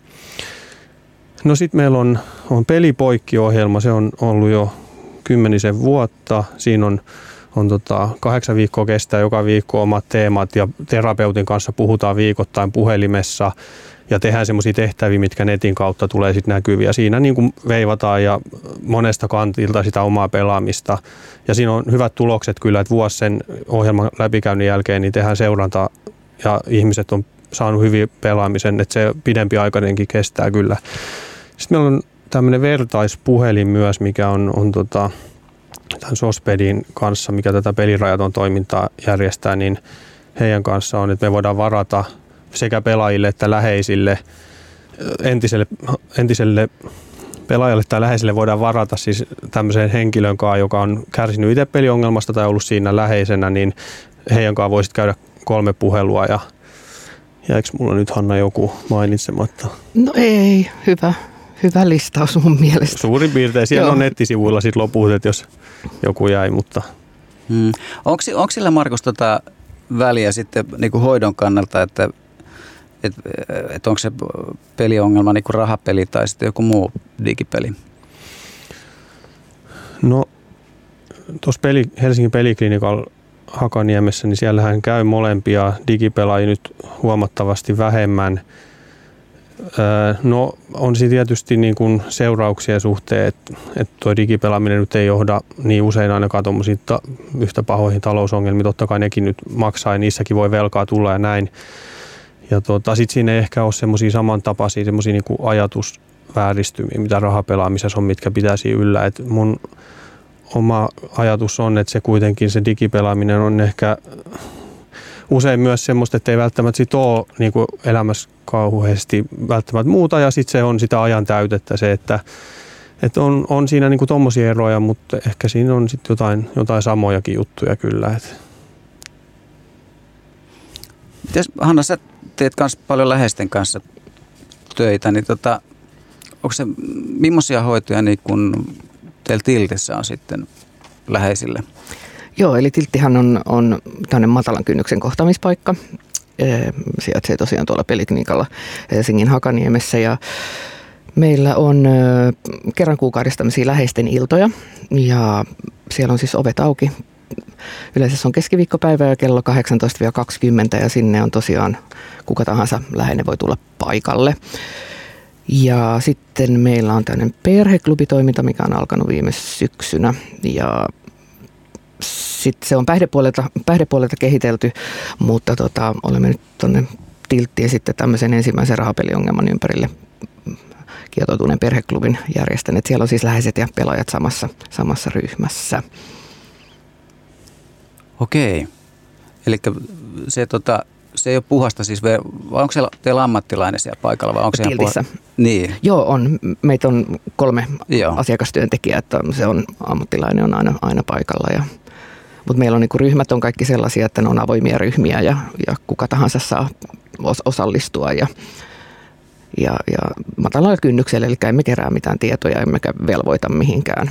No sitten meillä on, on Pelipoikki-ohjelma, se on ollut jo kymmenisen vuotta. Siinä on, on tota, kahdeksan viikkoa kestää joka viikko omat teemat ja terapeutin kanssa puhutaan viikoittain puhelimessa ja tehdään semmoisia tehtäviä, mitkä netin kautta tulee sitten näkyviä. Siinä niin kuin veivataan ja monesta kantilta sitä omaa pelaamista. Ja siinä on hyvät tulokset kyllä, että vuosi sen ohjelman läpikäynnin jälkeen niin tehdään seurantaa ja ihmiset on saanut hyvin pelaamisen, että se pidempi aikainenkin kestää kyllä. Sitten meillä on tämmöinen vertaispuhelin myös, mikä on, on tota, tämän Sospedin kanssa, mikä tätä pelirajaton toimintaa järjestää, niin heidän kanssa on, että me voidaan varata sekä pelaajille että läheisille, entiselle, entiselle pelaajalle tai läheiselle voidaan varata siis tämmöiseen henkilön kanssa, joka on kärsinyt itse peliongelmasta tai ollut siinä läheisenä, niin heidän kanssa voisit käydä kolme puhelua ja jäikö mulla nyt, Hanna, joku mainitsematta? No ei, hyvä. Hyvä listaus mun mielestä. Suurin piirtein. Siellä Joo. on nettisivuilla sit loput, että jos joku jäi, mutta... Hmm. Onko, onko sillä, Markus, tota väliä sitten niin kuin hoidon kannalta, että et, et onko se peliongelma niin kuin rahapeli tai sitten joku muu digipeli? No, tuossa peli, Helsingin peliklinikalla Hakaniemessä, niin siellähän käy molempia digipelaajia nyt huomattavasti vähemmän. No on siinä tietysti niin kuin seurauksia suhteen, että, että tuo digipelaaminen nyt ei johda niin usein ainakaan tuommoisiin ta- yhtä pahoihin talousongelmiin. Totta kai nekin nyt maksaa ja niissäkin voi velkaa tulla ja näin. Ja tuota, sitten siinä ei ehkä ole semmoisia samantapaisia semmoisia niin kuin ajatusvääristymiä, mitä rahapelaamisessa on, mitkä pitäisi yllä. Et mun oma ajatus on, että se kuitenkin se digipelaaminen on ehkä usein myös semmoista, että ei välttämättä sit ole niin kuin elämässä kauheasti välttämättä muuta ja sitten se on sitä ajan täytettä se, että, että on, on siinä niin kuin tommosia eroja, mutta ehkä siinä on sitten jotain, jotain samojakin juttuja kyllä. Että. Mites, Hanna, sä teet myös paljon läheisten kanssa töitä, niin tota, onko se, millaisia hoitoja niin kun teillä Tiltissä on sitten läheisille? Joo, eli Tilttihan on, on tämmöinen matalan kynnyksen kohtaamispaikka. E, sijaitsee tosiaan tuolla Peliklinikalla Helsingin Hakaniemessä ja meillä on e, kerran kuukaudessa tämmöisiä läheisten iltoja ja siellä on siis ovet auki. Yleensä se on keskiviikkopäivä ja kello kahdeksantoista kaksikymmentä ja sinne on tosiaan kuka tahansa läheinen voi tulla paikalle. Ja sitten meillä on tämmöinen perheklubitoiminta, mikä on alkanut viime syksynä ja sitten se on päihdepuolelta, päihdepuolelta kehitelty, mutta tota, olemme nyt tuonne Tilttiin sitten tämmöisen ensimmäisen rahapeliongelman ympärille kietoutuneen perheklubin järjestäneet. Siellä on siis läheiset ja pelaajat samassa, samassa ryhmässä. Okei. Eli se, tota, se ei ole puhasta siis, vai onko siellä teillä ammattilainen siellä paikalla? Vai onko Tiltissä. Puha... Niin. Joo, on. Meitä on kolme Joo. asiakastyöntekijää, että se on ammattilainen on aina, aina paikalla. Ja, mutta meillä on niin kuin ryhmät on kaikki sellaisia, että ne on avoimia ryhmiä ja, ja kuka tahansa saa os- osallistua. Ja, ja, ja matalalla kynnyksellä, eli emme kerää mitään tietoja, emmekä velvoita mihinkään.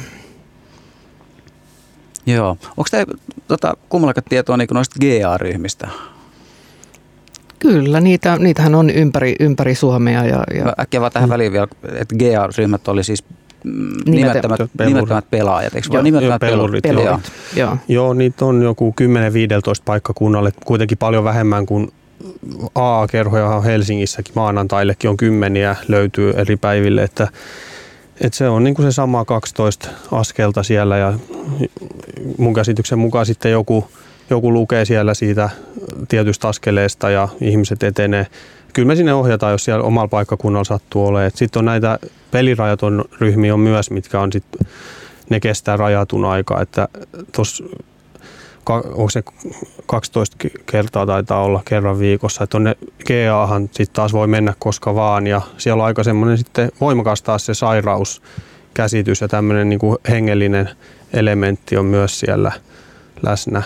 Joo. Onko teillä tota, kummallakaan tietoa niin noista G A-ryhmistä? Kyllä, niitä, niitähän on ympäri, ympäri Suomea. Ja, ja äkkiä vaan tähän väliin vielä, että G A-ryhmät oli siis nimettömät, nimettömät pelaajat, eikö vaan nimettömät pelurit? pelurit. Joo. Joo. Joo, niitä on joku kymmenen viisitoista paikkakunnalle, kuitenkin paljon vähemmän kuin A A-kerhoja on Helsingissäkin, maanantaillekin on kymmeniä, löytyy eri päiville, että, että se on niin kuin se sama kaksitoista askelta siellä ja mun käsityksen mukaan sitten joku Joku lukee siellä siitä tietystä askeleesta ja ihmiset etenee. Kyllä me sinne ohjataan, jos siellä omalla paikkakunnalla sattuu olemaan. Sitten on näitä pelirajaton ryhmiä on myös, mitkä on sit, ne kestää rajatun aikaa. Että tuossa onko se kaksitoista kertaa taitaa olla kerran viikossa. Että ne G A:han sitten taas voi mennä koska vaan ja siellä on aika semmoinen sitten voimakas taas se sairauskäsitys ja tämmöinen niin kuin hengellinen elementti on myös siellä läsnä.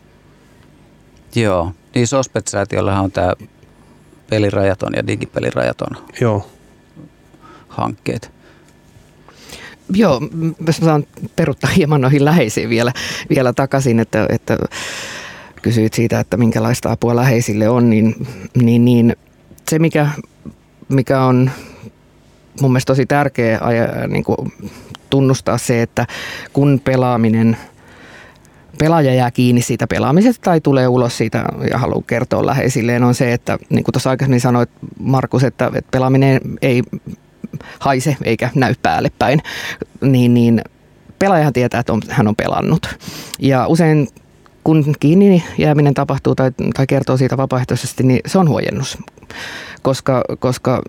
Joo, niin Sospet-säätiöllähän on tämä pelirajaton ja digipelirajaton Joo. hankkeet. Joo, mä saan peruttaa hieman noihin läheisiin vielä, vielä takaisin, että, että kysyit siitä, että minkälaista apua läheisille on, niin, niin, niin se mikä, mikä on mun mielestä tosi tärkeä niin kuin tunnustaa se, että kun pelaaminen pelaaja jää kiinni siitä pelaamisesta tai tulee ulos siitä ja haluaa kertoa läheisilleen, on se, että niin kuin tuossa aikaisemmin sanoit, Markus, että, että pelaaminen ei haise eikä näy päälle päin, niin, niin pelaajahan tietää, että on, hän on pelannut. Ja usein kun kiinni jääminen tapahtuu tai, tai kertoo siitä vapaaehtoisesti, niin se on huojennus, koska, koska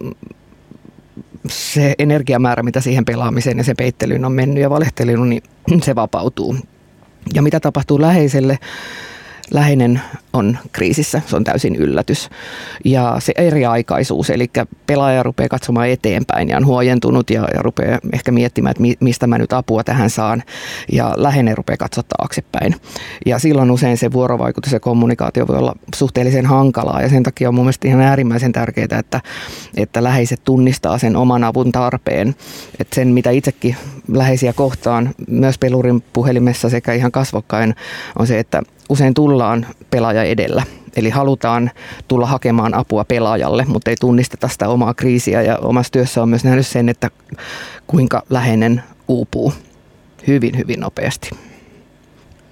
se energiamäärä, mitä siihen pelaamiseen ja sen peittelyyn on mennyt ja valehteluun, niin se vapautuu. Ja mitä tapahtuu läheiselle? Läheinen on kriisissä, se on täysin yllätys. Ja se eriaikaisuus, eli pelaaja rupeaa katsomaan eteenpäin ja on huojentunut ja, ja rupeaa ehkä miettimään, että mi, mistä mä nyt apua tähän saan. Ja läheinen rupeaa katsoa taaksepäin. Ja silloin usein se vuorovaikutus ja kommunikaatio voi olla suhteellisen hankalaa. Ja sen takia on mun mielestä ihan äärimmäisen tärkeää, että, että läheiset tunnistaa sen oman avun tarpeen. Että sen, mitä itsekin läheisiä kohtaan, myös pelurin puhelimessa sekä ihan kasvokkain, on se, että usein tullaan pelaaja edellä, eli halutaan tulla hakemaan apua pelaajalle, mutta ei tunnisteta sitä omaa kriisiä. Ja omassa työssä on myös nähnyt sen, että kuinka läheinen uupuu hyvin, hyvin nopeasti.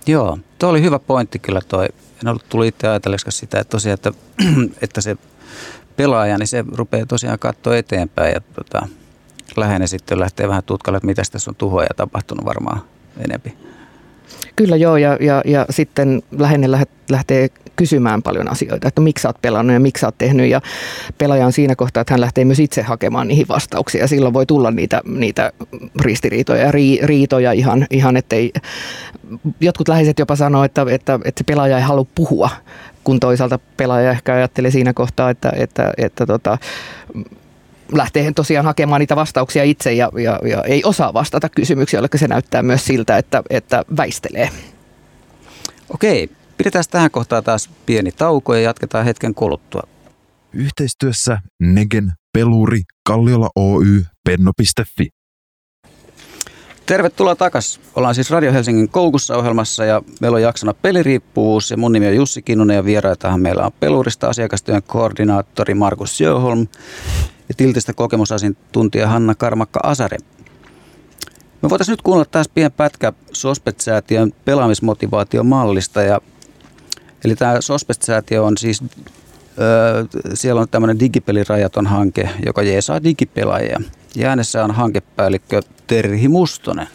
Joo, tuo oli hyvä pointti kyllä toi. En ollut tullut itse ajatelleeksi sitä, että tosiaan, että, että se pelaaja, niin se rupeaa tosiaan katsoa eteenpäin ja tota, läheinen sitten lähtee vähän tutkalle, että mitä tässä on tuhoja tapahtunut varmaan enempi. Kyllä joo, ja, ja, ja sitten läheinen lähtee kysymään paljon asioita, että miksi sä oot pelannut ja miksi sä oot tehnyt, ja pelaaja on siinä kohtaa, että hän lähtee myös itse hakemaan niihin vastauksia, ja silloin voi tulla niitä, niitä ristiriitoja ja rii, riitoja ihan, ihan ettei, jotkut läheiset jopa sanoo, että, että, että se pelaaja ei halua puhua, kun toisaalta pelaaja ehkä ajattelee siinä kohtaa, että, että, että tota, lähtee tosiaan hakemaan niitä vastauksia itse ja, ja, ja ei osaa vastata kysymyksiä, jolloin se näyttää myös siltä, että, että väistelee. Okei, pidetään tähän kohtaan taas pieni tauko ja jatketaan hetken kuluttua. Yhteistyössä Negen, Peluri, Kalliola Oy, Penno piste fi. Tervetuloa takaisin. Ollaan siis Radio Helsingin Koukussa -ohjelmassa ja meillä on jaksona Peliriippuvuus ja mun nimi on Jussi Kinnunen ja vieraitahan meillä on Pelurista asiakastyön koordinaattori Markus Sjöholm ja Tiltistä kokemusasiantuntija Hanna Karmakka-Asare. Me voitaisiin nyt kuunnella taas pieni pätkä Sospet-säätiön pelaamismotivaatiomallista. Ja, eli tämä Sospet-säätiö on siis, ö, siellä on tämmöinen digipelirajaton hanke, joka jeesaa digipelaajia. Ja äänessä on hankepäällikkö Terhi Mustonen.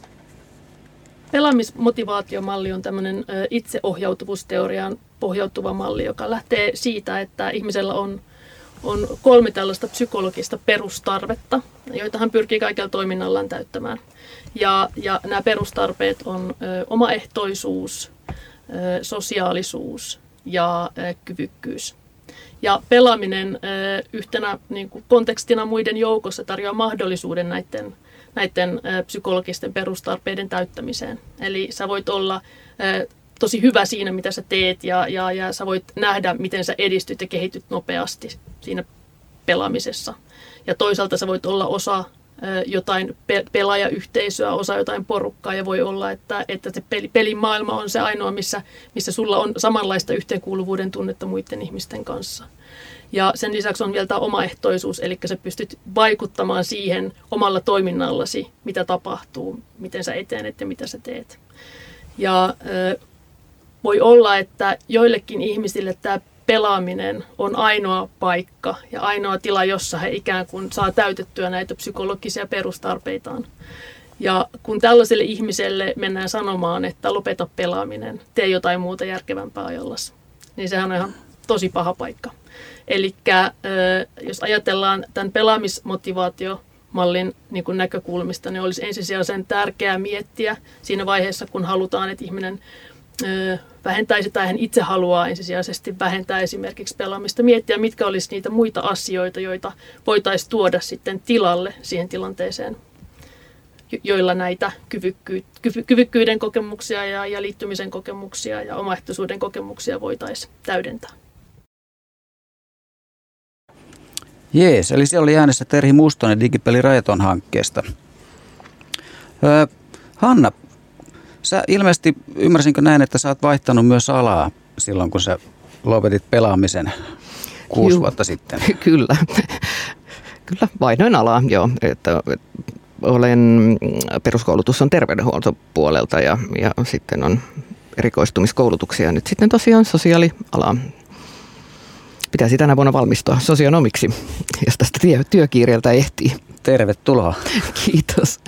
Pelaamismotivaatiomalli on tämmöinen itseohjautuvuusteoriaan pohjautuva malli, joka lähtee siitä, että ihmisellä on on kolme tällaista psykologista perustarvetta, joita hän pyrkii kaikella toiminnallaan täyttämään. Ja, ja nämä perustarpeet on ö, omaehtoisuus, ö, sosiaalisuus ja ö, kyvykkyys. Ja pelaaminen ö, yhtenä niin kuin kontekstina muiden joukossa tarjoaa mahdollisuuden näiden, näiden ö, psykologisten perustarpeiden täyttämiseen. Eli sä voit olla ö, tosi hyvä siinä, mitä sä teet ja, ja, ja sä voit nähdä, miten sä edistyt ja kehityt nopeasti siinä pelaamisessa. Ja toisaalta sä voit olla osa ö, jotain pe- pelaajayhteisöä, osa jotain porukkaa ja voi olla, että, että se peli, pelimaailma on se ainoa, missä, missä sulla on samanlaista yhteenkuuluvuuden tunnetta muiden ihmisten kanssa. Ja sen lisäksi on vielä tämä omaehtoisuus, eli sä pystyt vaikuttamaan siihen omalla toiminnallasi, mitä tapahtuu, miten sä etenet ja mitä sä teet. Ja ö, voi olla, että joillekin ihmisille tämä pelaaminen on ainoa paikka ja ainoa tila, jossa he ikään kuin saa täytettyä näitä psykologisia perustarpeitaan. Ja kun tällaiselle ihmiselle mennään sanomaan, että lopeta pelaaminen, tee jotain muuta järkevämpää ajallasi, niin sehän on ihan tosi paha paikka. Eli jos ajatellaan tämän pelaamismotivaatiomallin niin kuin näkökulmista, niin olisi ensisijaisen tärkeää miettiä siinä vaiheessa, kun halutaan, että ihminen vähentäisi tai hän itse haluaa ensisijaisesti vähentää esimerkiksi pelaamista, miettiä mitkä olisi niitä muita asioita, joita voitaisiin tuoda sitten tilalle siihen tilanteeseen, joilla näitä kyvykky- kyvy- kyvykkyyden kokemuksia ja, ja liittymisen kokemuksia ja omaehtoisuuden kokemuksia voitaisiin täydentää. Jees, eli siellä oli äänessä Terhi Mustonen Digipelirajaton hankkeesta. Öö, Hanna, sä ilmeisesti, ymmärsinkö näin, että sä oot vaihtanut myös alaa silloin, kun sä lopetit pelaamisen kuusi Juh, vuotta sitten? Kyllä, kyllä vaihdoin alaa, joo. Että, että olen, peruskoulutus on terveydenhuoltopuolelta ja, ja sitten on erikoistumiskoulutuksia. Nyt sitten tosiaan sosiaaliala. Pitäisi tänä vuonna valmistua sosionomiksi, jos tästä työ, työkiireeltä ehtii. Tervetuloa. Kiitos.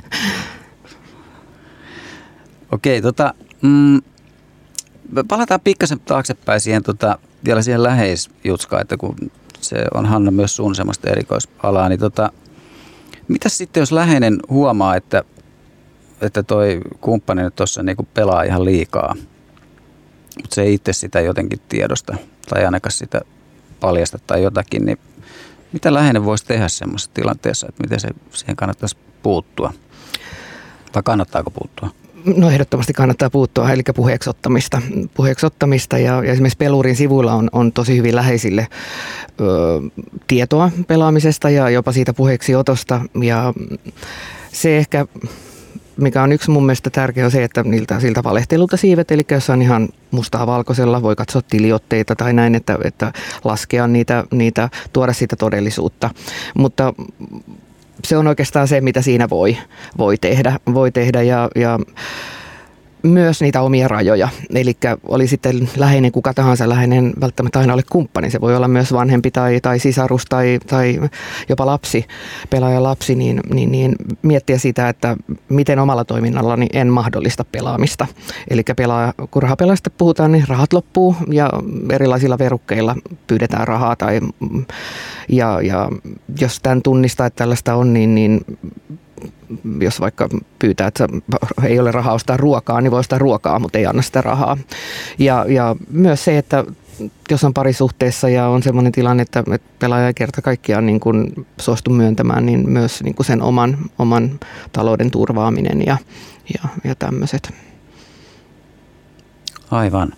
Okei, tota, mm, palataan pikkasen taaksepäin siihen, tota, vielä siihen läheisjutskaan, että kun se on Hanna myös sun semmoista erikoisalaa, niin tota, mitäs sitten jos läheinen huomaa, että, että toi kumppani nyt tuossa niinku pelaa ihan liikaa, mutta se ei itse sitä jotenkin tiedosta tai ainakaan sitä paljasta tai jotakin, niin mitä läheinen voisi tehdä semmoisessa tilanteessa, että miten se siihen kannattaisi puuttua? Vai kannattaako puuttua? No ehdottomasti kannattaa puuttua, eli puheeksi ottamista. Puheeksi ottamista ja, ja esimerkiksi Pelurin sivuilla on, on tosi hyvin läheisille ö, tietoa pelaamisesta ja jopa siitä puheeksi otosta. Ja se ehkä, mikä on yksi mun mielestä tärkeä, on se, että niiltä siltä valehtelulta siivet, eli jos on ihan mustaa valkoisella, voi katsoa tiliotteita tai näin, että, että laskea niitä, niitä, tuoda sitä todellisuutta. Mutta se on oikeastaan se, mitä siinä voi, voi tehdä, voi tehdä ja, ja myös niitä omia rajoja. Eli oli sitten läheinen, kuka tahansa läheinen, välttämättä aina ole kumppani. Se voi olla myös vanhempi tai, tai sisarus tai, tai jopa lapsi, pelaajan lapsi, niin, niin, niin miettiä sitä, että miten omalla toiminnallani en mahdollista pelaamista. Eli pelaa, kun rahapelaajasta puhutaan, niin rahat loppuu ja erilaisilla verukkeilla pyydetään rahaa. Tai, ja, ja jos tämän tunnistaa, että tällaista on, niin, niin jos vaikka pyytää, että ei ole rahaa ostaa ruokaa, niin voi ostaa ruokaa, mutta ei anna sitä rahaa. Ja, ja myös se, että jos on parisuhteessa ja on sellainen tilanne, että pelaaja ei kerta kaikkiaan niin kuin suostu myöntämään, niin myös niin kuin sen oman, oman talouden turvaaminen ja, ja, ja tämmöiset. Aivan.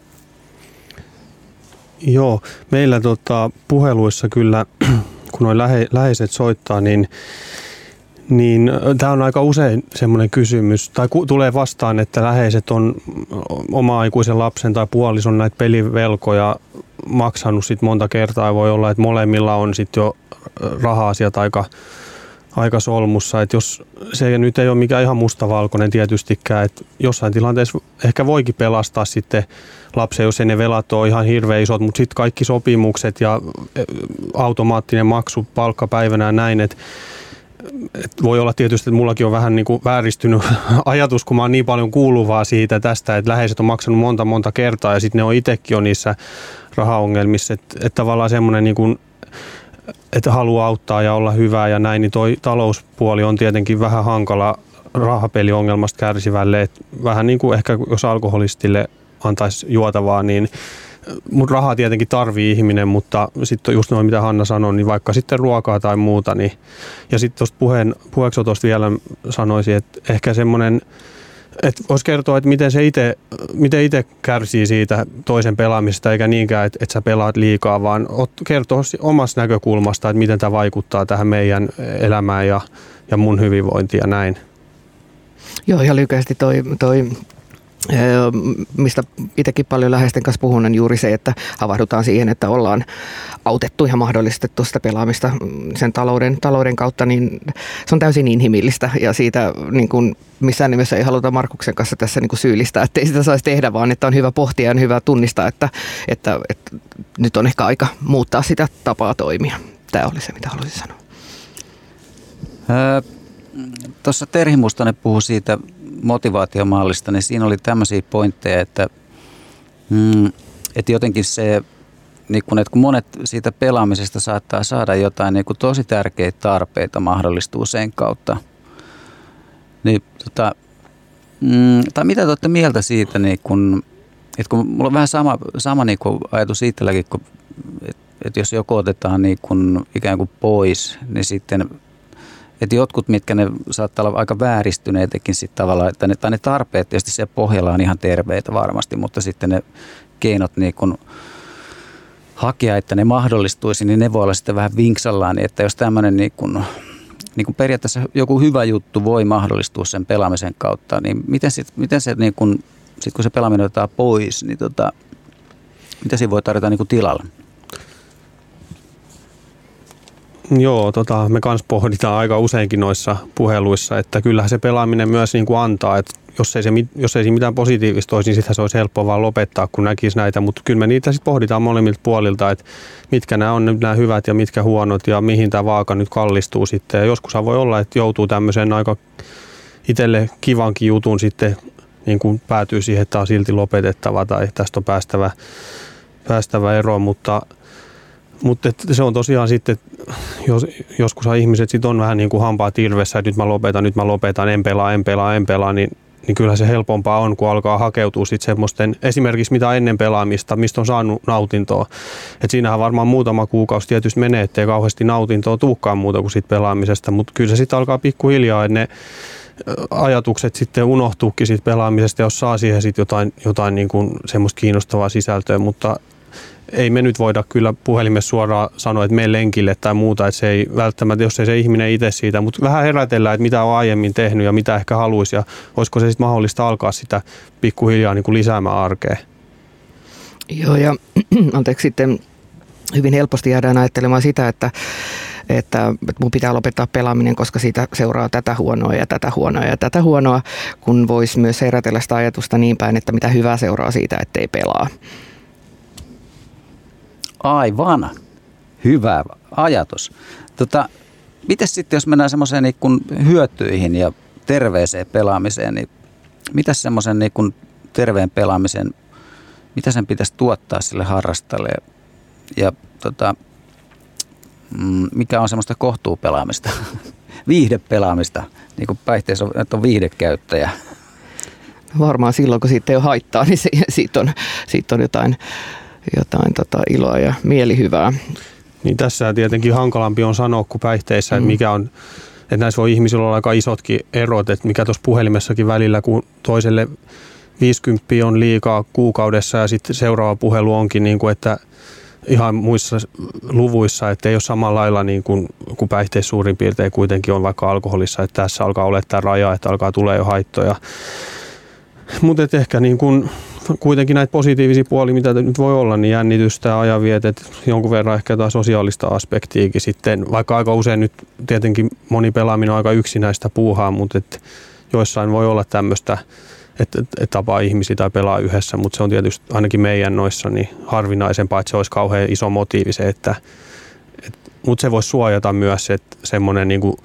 Joo, meillä tota, puheluissa kyllä, kun noin lähe, läheiset soittaa, niin Niin tämä on aika usein semmoinen kysymys, tai ku, tulee vastaan, että läheiset on oma-aikuisen lapsen tai puolison näitä pelivelkoja maksanut sit monta kertaa. Ja voi olla, että molemmilla on sitten jo raha-asiat aika, aika solmussa. Et jos se nyt ei ole mikään ihan mustavalkoinen tietystikään, että jossain tilanteessa ehkä voikin pelastaa sitten lapsen, jos ei ne velat ole ihan hirveän isot, mutta sitten kaikki sopimukset ja automaattinen maksu palkkapäivänä ja näin, että Et voi olla tietysti, että mullakin on vähän niin kuin vääristynyt ajatus, kun mä oon niin paljon kuuluvaa siitä tästä, että läheiset on maksanut monta monta kertaa ja sitten ne on itsekin on niissä rahaongelmissa. Että et tavallaan semmoinen, niin kuin, että haluaa auttaa ja olla hyvää ja näin, niin toi talouspuoli on tietenkin vähän hankala rahapeliongelmasta kärsivälle. Et vähän niin kuin ehkä jos alkoholistille antaisi juotavaa, niin mun rahaa tietenkin tarvii ihminen, mutta sitten just noin mitä Hanna sanoi, niin vaikka sitten ruokaa tai muuta. Niin, ja sitten tuosta puheen, puheeksotosta vielä sanoisin, että ehkä semmoinen, että voisi kertoa, että miten se itse, miten itse kärsii siitä toisen pelaamisesta, eikä niinkään, että, että sä pelaat liikaa, vaan kertoa omasta näkökulmasta, että miten tämä vaikuttaa tähän meidän elämään ja, ja mun hyvinvointiin ja näin. Joo, ihan lyhyesti toi... toi mistä itsekin paljon läheisten kanssa puhun, on juuri se, että havahdutaan siihen, että ollaan autettu ja mahdollistettu sitä pelaamista sen talouden, talouden kautta, niin se on täysin inhimillistä ja siitä niin kuin missään nimessä ei haluta Markuksen kanssa tässä niin kuin syyllistää, että ei sitä saisi tehdä, vaan että on hyvä pohtia ja hyvä tunnistaa, että, että, että nyt on ehkä aika muuttaa sitä tapaa toimia. Tämä oli se, mitä haluaisin sanoa. Öö, Tuossa Terhi Mustonen puhui siitä motivaatiomallista, niin siinä oli tämmöisiä pointteja, että, mm, että jotenkin se, niin kun, että kun monet siitä pelaamisesta saattaa saada jotain niin kun tosi tärkeitä tarpeita mahdollistuu sen kautta. Niin, tota, mm, tai mitä te olette mieltä siitä, niin kun, että kun mulla on vähän sama, sama niin kun ajatus itselläkin, kun, että, että jos joku otetaan niin kun ikään kuin pois, niin sitten että jotkut, mitkä ne saattaa olla aika vääristyneetkin sitten tavallaan, että ne, tai ne tarpeet tietysti siellä pohjalla on ihan terveitä varmasti, mutta sitten ne keinot niin kun hakea, että ne mahdollistuisi, niin ne voi olla sitten vähän vinksallaan, niin että jos tämmöinen niin kun, niin kun periaatteessa joku hyvä juttu voi mahdollistua sen pelaamisen kautta, niin miten, sit, miten se, niin kun, sit kun se pelaaminen otetaan pois, niin tota, mitä siinä voi tarjota niin kun tilalla? Joo, tota, me kanssa pohditaan aika useinkin noissa puheluissa, että kyllähän se pelaaminen myös niin kuin antaa, että jos ei, se, jos ei siinä mitään positiivista olisi, niin sitten se olisi helppoa vaan lopettaa, kun näkisi näitä, mutta kyllä me niitä sitten pohditaan molemmilta puolilta, että mitkä nämä on nyt nämä hyvät ja mitkä huonot ja mihin tämä vaaka nyt kallistuu sitten. Ja joskushan voi olla, että joutuu tämmöisen aika itselle kivankin jutun sitten, niin kuin päätyy siihen, että tämä on silti lopetettava tai tästä on päästävä, päästävä eroon, mutta Mutta se on tosiaan sitten, jos, joskus ihmiset sit on vähän niin kuin hampaat irvessä, että nyt mä lopetan, nyt mä lopetan, en pelaa, en pelaa, en pelaa, niin, niin kyllä se helpompaa on, kun alkaa hakeutua sitten semmoisten, esimerkiksi mitä ennen pelaamista, mistä on saanut nautintoa. Et siinähän varmaan muutama kuukausi tietysti menee, ettei kauheasti nautintoa tulekaan muuta kuin siitä pelaamisesta, mutta kyllä se sitten alkaa pikkuhiljaa, että ne ajatukset sitten unohtuukin siitä pelaamisesta, jos saa siihen sitten jotain, jotain niin kuin semmoista kiinnostavaa sisältöä, mutta ei me nyt voida kyllä puhelimessa suoraan sanoa, että mene lenkille tai muuta, että se ei välttämättä, jos ei se ihminen itse siitä, mutta vähän herätellään, että mitä on aiemmin tehnyt ja mitä ehkä haluaisi ja olisiko se sitten mahdollista alkaa sitä pikkuhiljaa niin kuin lisäämään arkea. Joo ja anteeksi sitten hyvin helposti jäädään ajattelemaan sitä, että että, että mun pitää lopettaa pelaaminen, koska siitä seuraa tätä huonoa ja tätä huonoa ja tätä huonoa, kun voisi myös herätellä sitä ajatusta niin päin, että mitä hyvää seuraa siitä, ettei pelaa. Aivan. Hyvä ajatus. Tota, mites sitten, jos mennään semmoiseen niin kuin hyötyihin ja terveeseen pelaamiseen, niin mitäs semmoisen niin kuin terveen pelaamisen, mitä sen pitäisi tuottaa sille harrastajalle ja tota, mikä on semmoista kohtuupelaamista, viihdepelaamista, niin kuin päihteessä on, on viihdekäyttäjä. Varmaan silloin, kun siitä ei ole haittaa, niin se, siitä, on, siitä on jotain, jotain tota iloa ja mielihyvää. Niin tässä tietenkin hankalampi on sanoa kuin päihteissä, mm. että mikä on, että näissä voi ihmisillä olla aika isotkin erot, että mikä tuossa puhelimessakin välillä, kun toiselle viisikymmentä on liikaa kuukaudessa ja sitten seuraava puhelu onkin, niin kuin, että ihan muissa luvuissa, että ei ole samalla lailla niin kuin, kuin päihteissä suurin piirtein kuitenkin on vaikka alkoholissa, että tässä alkaa olla tämä raja, että alkaa tulee jo haittoja. Mutta ehkä niin kuin, kuitenkin näitä positiivisia puolia, mitä nyt voi olla, niin jännitystä ja ajanvietet, jonkun verran ehkä jotain sosiaalista aspektiakin sitten, vaikka aika usein nyt tietenkin moni pelaaminen on aika yksinäistä puuhaa, mutta et joissain voi olla tämmöistä, että et, et tapaa ihmisiä tai pelaa yhdessä, mutta se on tietysti ainakin meidän noissa niin harvinaisempaa, että se olisi kauhean iso motiivi se, että et, mutta se voisi suojata myös, että semmoinen niinku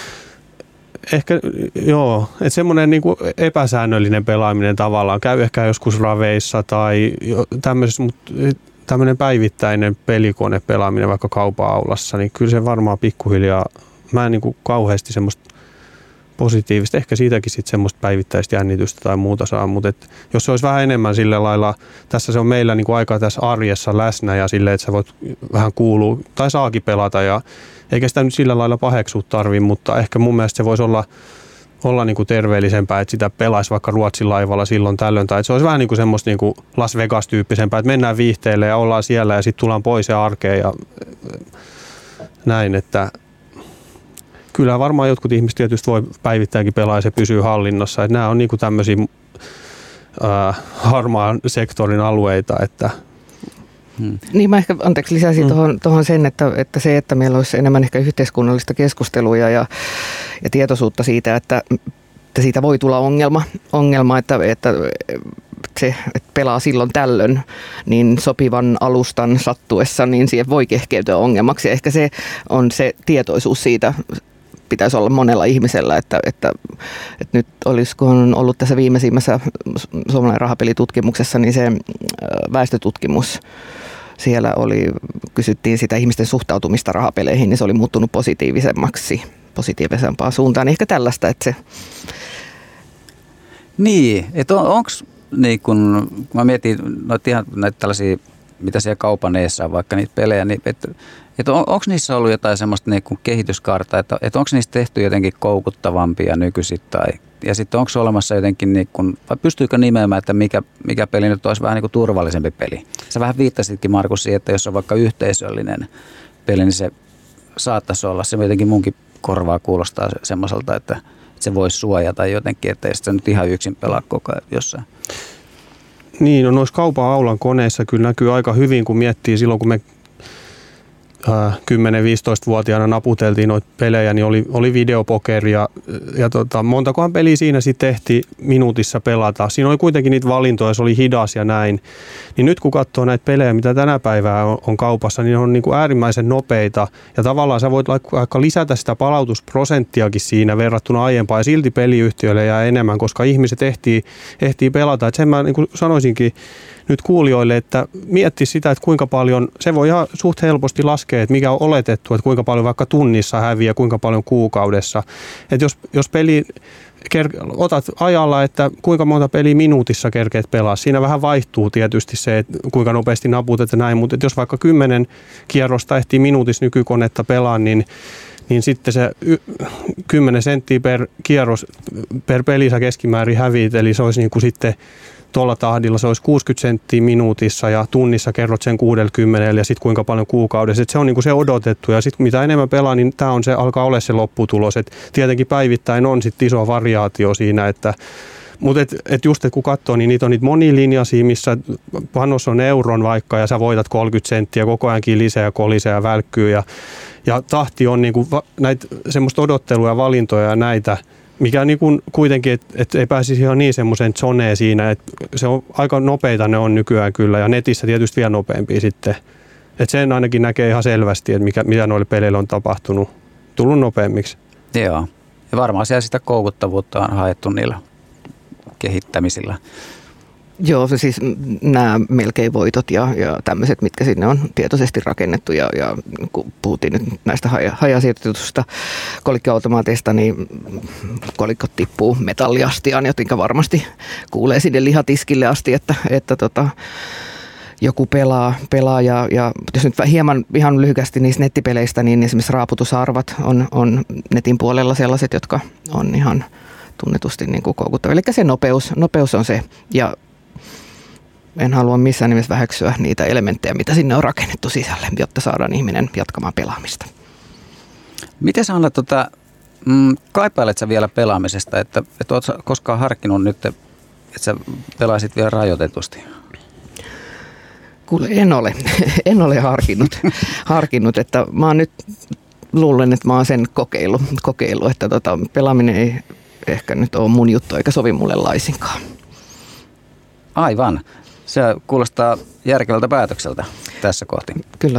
ehkä joo, että semmoinen niinku epäsäännöllinen pelaaminen tavallaan käy ehkä joskus raveissa tai tämmöisessä, mutta tämmöinen päivittäinen pelikone pelaaminen vaikka kaupan aulassa, niin kyllä se varmaan pikkuhiljaa, mä en niinku kauheasti semmoista positiivista, ehkä siitäkin sitten semmoista päivittäistä jännitystä tai muuta saa, mutta et jos se olisi vähän enemmän sillä lailla, tässä se on meillä niinku aika tässä arjessa läsnä ja silleen, että sä voit vähän kuulua tai saakin pelata ja eikä sitä nyt sillä lailla paheksua tarvitse, mutta ehkä mun mielestä se voisi olla, olla niinku terveellisempää, että sitä pelaisi vaikka Ruotsin laivalla silloin tällöin, tai että se olisi vähän niinku semmoista niinku Las Vegas-tyyppisempää, että mennään viihteelle ja ollaan siellä ja sitten tullaan pois ja arkeen ja näin, että kyllä varmaan jotkut ihmiset tietysti voi päivittäinkin pelaa ja se pysyy hallinnassa, että nämä on niinku tämmöisiä äh, harmaan sektorin alueita, että Hmm. Niin mä ehkä, anteeksi, lisäisin hmm. tuohon, tuohon sen, että, että se, että meillä olisi enemmän ehkä yhteiskunnallista keskustelua ja, ja tietoisuutta siitä, että, että siitä voi tulla ongelma, ongelma että, että se että pelaa silloin tällöin, niin sopivan alustan sattuessa, niin siihen voi kehkeytyä ongelmaksi. Ehkä se on se tietoisuus siitä, pitäisi olla monella ihmisellä, että, että, että nyt olisikohan ollut tässä viimeisimmässä suomalainen rahapelitutkimuksessa, niin se väestötutkimus, siellä oli, kysyttiin sitä ihmisten suhtautumista rahapeleihin, niin se oli muuttunut positiivisemmaksi, positiivisempaan suuntaan. Ehkä tällaista, että se... Niin, että on, onko, niin kun, kun mä mietin noita ihan näitä tällaisia, mitä siellä kaupan eessä on, vaikka niitä pelejä, niin että Että on, onko niissä ollut jotain semmoista niinku kehityskaarta, että, että onko niistä tehty jotenkin koukuttavampia nykyisin tai ja sitten onko olemassa jotenkin, niinku, vai pystyykö nimeämään, että mikä, mikä peli nyt olisi vähän niinku turvallisempi peli? Sä vähän viittasitkin, Markus, siihen, että jos on vaikka yhteisöllinen peli, niin se saattaisi olla, se jotenkin munkin korvaa kuulostaa semmoiselta, että se voisi suojata jotenkin, että ei sitä nyt ihan yksin pelaa koko ajan jossain. Niin, no noissa kaupan aulan koneissa kyllä näkyy aika hyvin, kun miettii silloin, kun me kymmenen-viisitoista-vuotiaana naputeltiin noita pelejä, niin oli, oli videopokeri ja, ja tota, montakohan peliä siinä sitten tehtiin minuutissa pelata. Siinä oli kuitenkin niitä valintoja, se oli hidas ja näin. Niin nyt kun katsoo näitä pelejä, mitä tänä päivänä on, on kaupassa, niin ne on niin kuin äärimmäisen nopeita ja tavallaan sä voit vaikka lisätä sitä palautusprosenttiakin siinä verrattuna aiempaan ja silti peliyhtiöille jää enemmän, koska ihmiset ehtii, ehtii pelata. Et sen mä niin kuin sanoisinkin nyt kuulijoille, että mietti sitä, että kuinka paljon, se voi ihan suht helposti laskea, että mikä on oletettu, että kuinka paljon vaikka tunnissa häviää, kuinka paljon kuukaudessa. Että jos, jos peli, ker- otat ajalla, että kuinka monta peliä minuutissa kerkeet pelaa, siinä vähän vaihtuu tietysti se, että kuinka nopeasti naputet ja näin, mutta jos vaikka kymmenen kierrosta ehtii minuutissa nykykonetta pelaa, niin niin sitten se kymmenen senttiä per kierros per peli sä keskimäärin häviit, eli se olisi niin kuin sitten tuolla tahdilla se olisi kuusikymmentä senttiä minuutissa ja tunnissa kerrot sen kuusikymmentä ja sitten kuinka paljon kuukaudessa. Et se on niinku se odotettu ja sitten mitä enemmän pelaa, niin tämä on se, alkaa olla se lopputulos. Et tietenkin päivittäin on sitten iso variaatio siinä, että mutta et, et just, että kun katsoo, niin niitä on niitä monilinjaisia, missä panos on euron vaikka ja sä voitat kolmekymmentä senttiä koko ajankin lisää ja kolisee ja välkkyy ja Ja tahti on niin kuin näitä semmoista odottelua ja valintoja ja näitä, mikä niin kuin kuitenkin, että et ei pääsisi ihan niin semmoiseen zoneen siinä, että se on aika nopeita ne on nykyään kyllä ja netissä tietysti vielä nopeampia sitten. Että sen ainakin näkee ihan selvästi, että mikä, mitä noille peleille on tapahtunut, tullut nopeammiksi. Joo, ja varmaan siellä sitä koukuttavuutta on haettu niillä kehittämisillä. Joo, se siis nämä melkein voitot ja, ja tämmöiset, mitkä sinne on tietoisesti rakennettu ja, ja kun puhuttiin nyt näistä haja, hajasijoitetusta kolikkoautomaateista, niin kolikot tippuu metalliastiaan, jotenka varmasti kuulee sinne lihatiskille asti, että, että tota, joku pelaa, pelaa ja, ja jos nyt hieman ihan lyhykästi niistä nettipeleistä, niin esimerkiksi raaputusarvat on, on netin puolella sellaiset, jotka on ihan tunnetusti niin kuin koukuttavia. Eli se nopeus, nopeus on se ja en halua missään nimessä väheksyä niitä elementtejä, mitä sinne on rakennettu sisälle, jotta saadaan ihminen jatkamaan pelaamista. Miten sä annat, tota, mm, kaipailet sä vielä pelaamisesta, että et oot sä koskaan harkinnut nyt, että sä pelaisit vielä rajoitetusti? Kuule, en ole. En ole harkinnut, harkinnut, että mä oon nyt luulen, että mä oon sen kokeilu, kokeilu että tota, pelaaminen ei ehkä nyt ole mun juttu eikä sovi mulle laisinkaan. Aivan. Se kuulostaa järkevältä päätökseltä tässä kohti. Kyllä.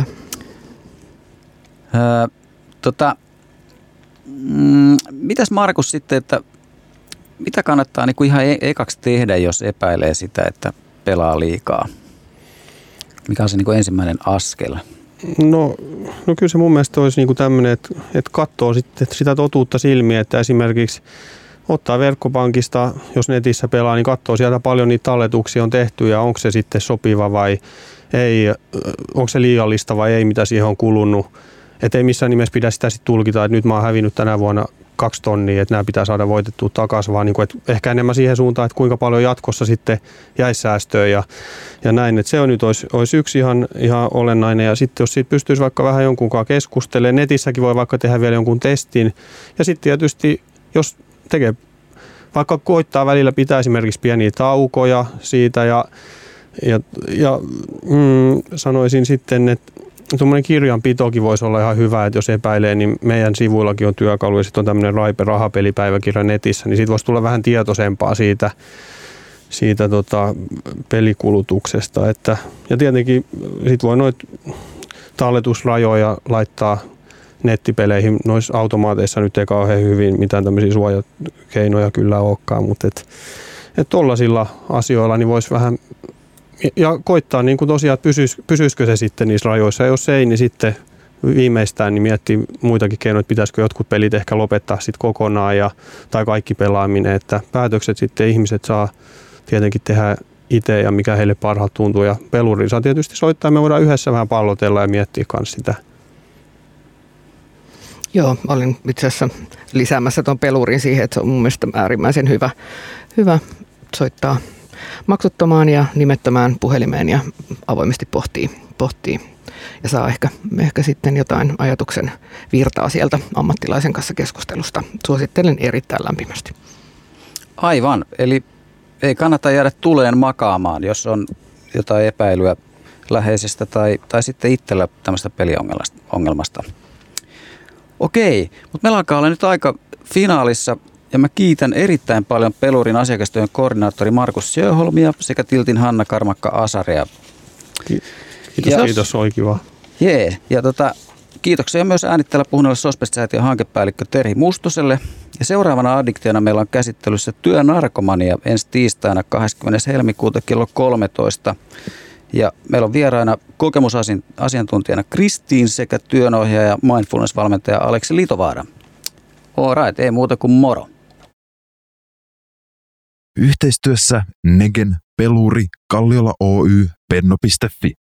Öö, tota, mm, mitäs Markus sitten, että mitä kannattaa niin kuin ihan e- ekaksi tehdä, jos epäilee sitä, että pelaa liikaa? Mikä on se niin kuin ensimmäinen askel? No, no kyllä se mun mielestä olisi niin kuin tämmöinen, että, että katsoo sitten sitä totuutta silmiä, että esimerkiksi ottaa verkkopankista, jos netissä pelaa, niin katsoo sieltä paljon niitä talletuksia on tehty ja onko se sitten sopiva vai ei, onko se liiallista vai ei, mitä siihen on kulunut. Että ei missään nimessä pidä sitä sitten tulkita, että nyt mä oon hävinnyt tänä vuonna kaksi tonnia, että nämä pitää saada voitettua takaisin, vaan niin kuin, että ehkä enemmän siihen suuntaan, että kuinka paljon jatkossa sitten jäisi säästöön ja, ja näin. Että se on nyt olisi, olisi yksi ihan, ihan olennainen ja sitten jos siitä pystyisi vaikka vähän jonkunkaan keskustelemaan, netissäkin voi vaikka tehdä vielä jonkun testin ja sitten tietysti jos tekee, vaikka koittaa välillä pitää esimerkiksi pieniä taukoja siitä ja, ja, ja mm, sanoisin sitten, että tuommoinen kirjanpitokin voisi olla ihan hyvä, että jos epäilee, niin meidän sivuillakin on työkalu ja sitten on tämmöinen Raipe rahapelipäiväkirja netissä, niin siitä voisi tulla vähän tietoisempaa siitä, siitä tota pelikulutuksesta. Että, ja tietenkin sitten voi noita talletusrajoja laittaa nettipeleihin. Noissa automaateissa nyt ei kauhean hyvin mitään tämmöisiä suojakeinoja kyllä olekaan, mutta et, et tollasilla asioilla niin voisi vähän ja koittaa niin kuin tosiaan, että pysyis, pysyisikö se sitten niissä rajoissa. Ja jos ei, niin sitten viimeistään niin miettii muitakin keinoja, että pitäisikö jotkut pelit ehkä lopettaa sitten kokonaan ja, tai kaikki pelaaminen. Että päätökset sitten ihmiset saa tietenkin tehdä itse ja mikä heille parhaat tuntuu. Ja peluriin saa tietysti soittaa, me voidaan yhdessä vähän pallotella ja miettiä myös sitä. Joo, olin itse asiassa lisäämässä tuon pelurin siihen, että se on mun mielestä äärimmäisen hyvä, hyvä soittaa maksuttomaan ja nimettömään puhelimeen ja avoimesti pohtii, pohtii ja saa ehkä, ehkä sitten jotain ajatuksen virtaa sieltä ammattilaisen kanssa keskustelusta. Suosittelen erittäin lämpimästi. Aivan, eli ei kannata jäädä tuleen makaamaan, jos on jotain epäilyä läheisestä tai, tai sitten itsellä tämmöistä peliongelmasta. Okei, mutta meillä alkaa olla nyt aika finaalissa. Ja mä kiitän erittäin paljon Pelurin asiakastyön koordinaattori Markus Sjöholmia sekä Tiltin Hanna Karmakka-Asarea. Kiitos, ja, kiitos, oli kiva. Jee, ja tota, kiitoksia myös äänittäjällä puhuneelle Sospest-säätiön hankepäällikkö Terhi Mustoselle. Ja seuraavana addiktiona meillä on käsittelyssä työnarkomania ensi tiistaina kahdeskymmenes helmikuuta kello kolmetoista. Ja meillä on vieraina kokemusasiantuntijana Kristiin sekä työnohjaaja ja mindfulness-valmentaja Aleksi Litovaara. Alright, ei muuta kuin moro. Yhteistyössä Negen, Peluri, Kalliola Oy, Penno piste fi.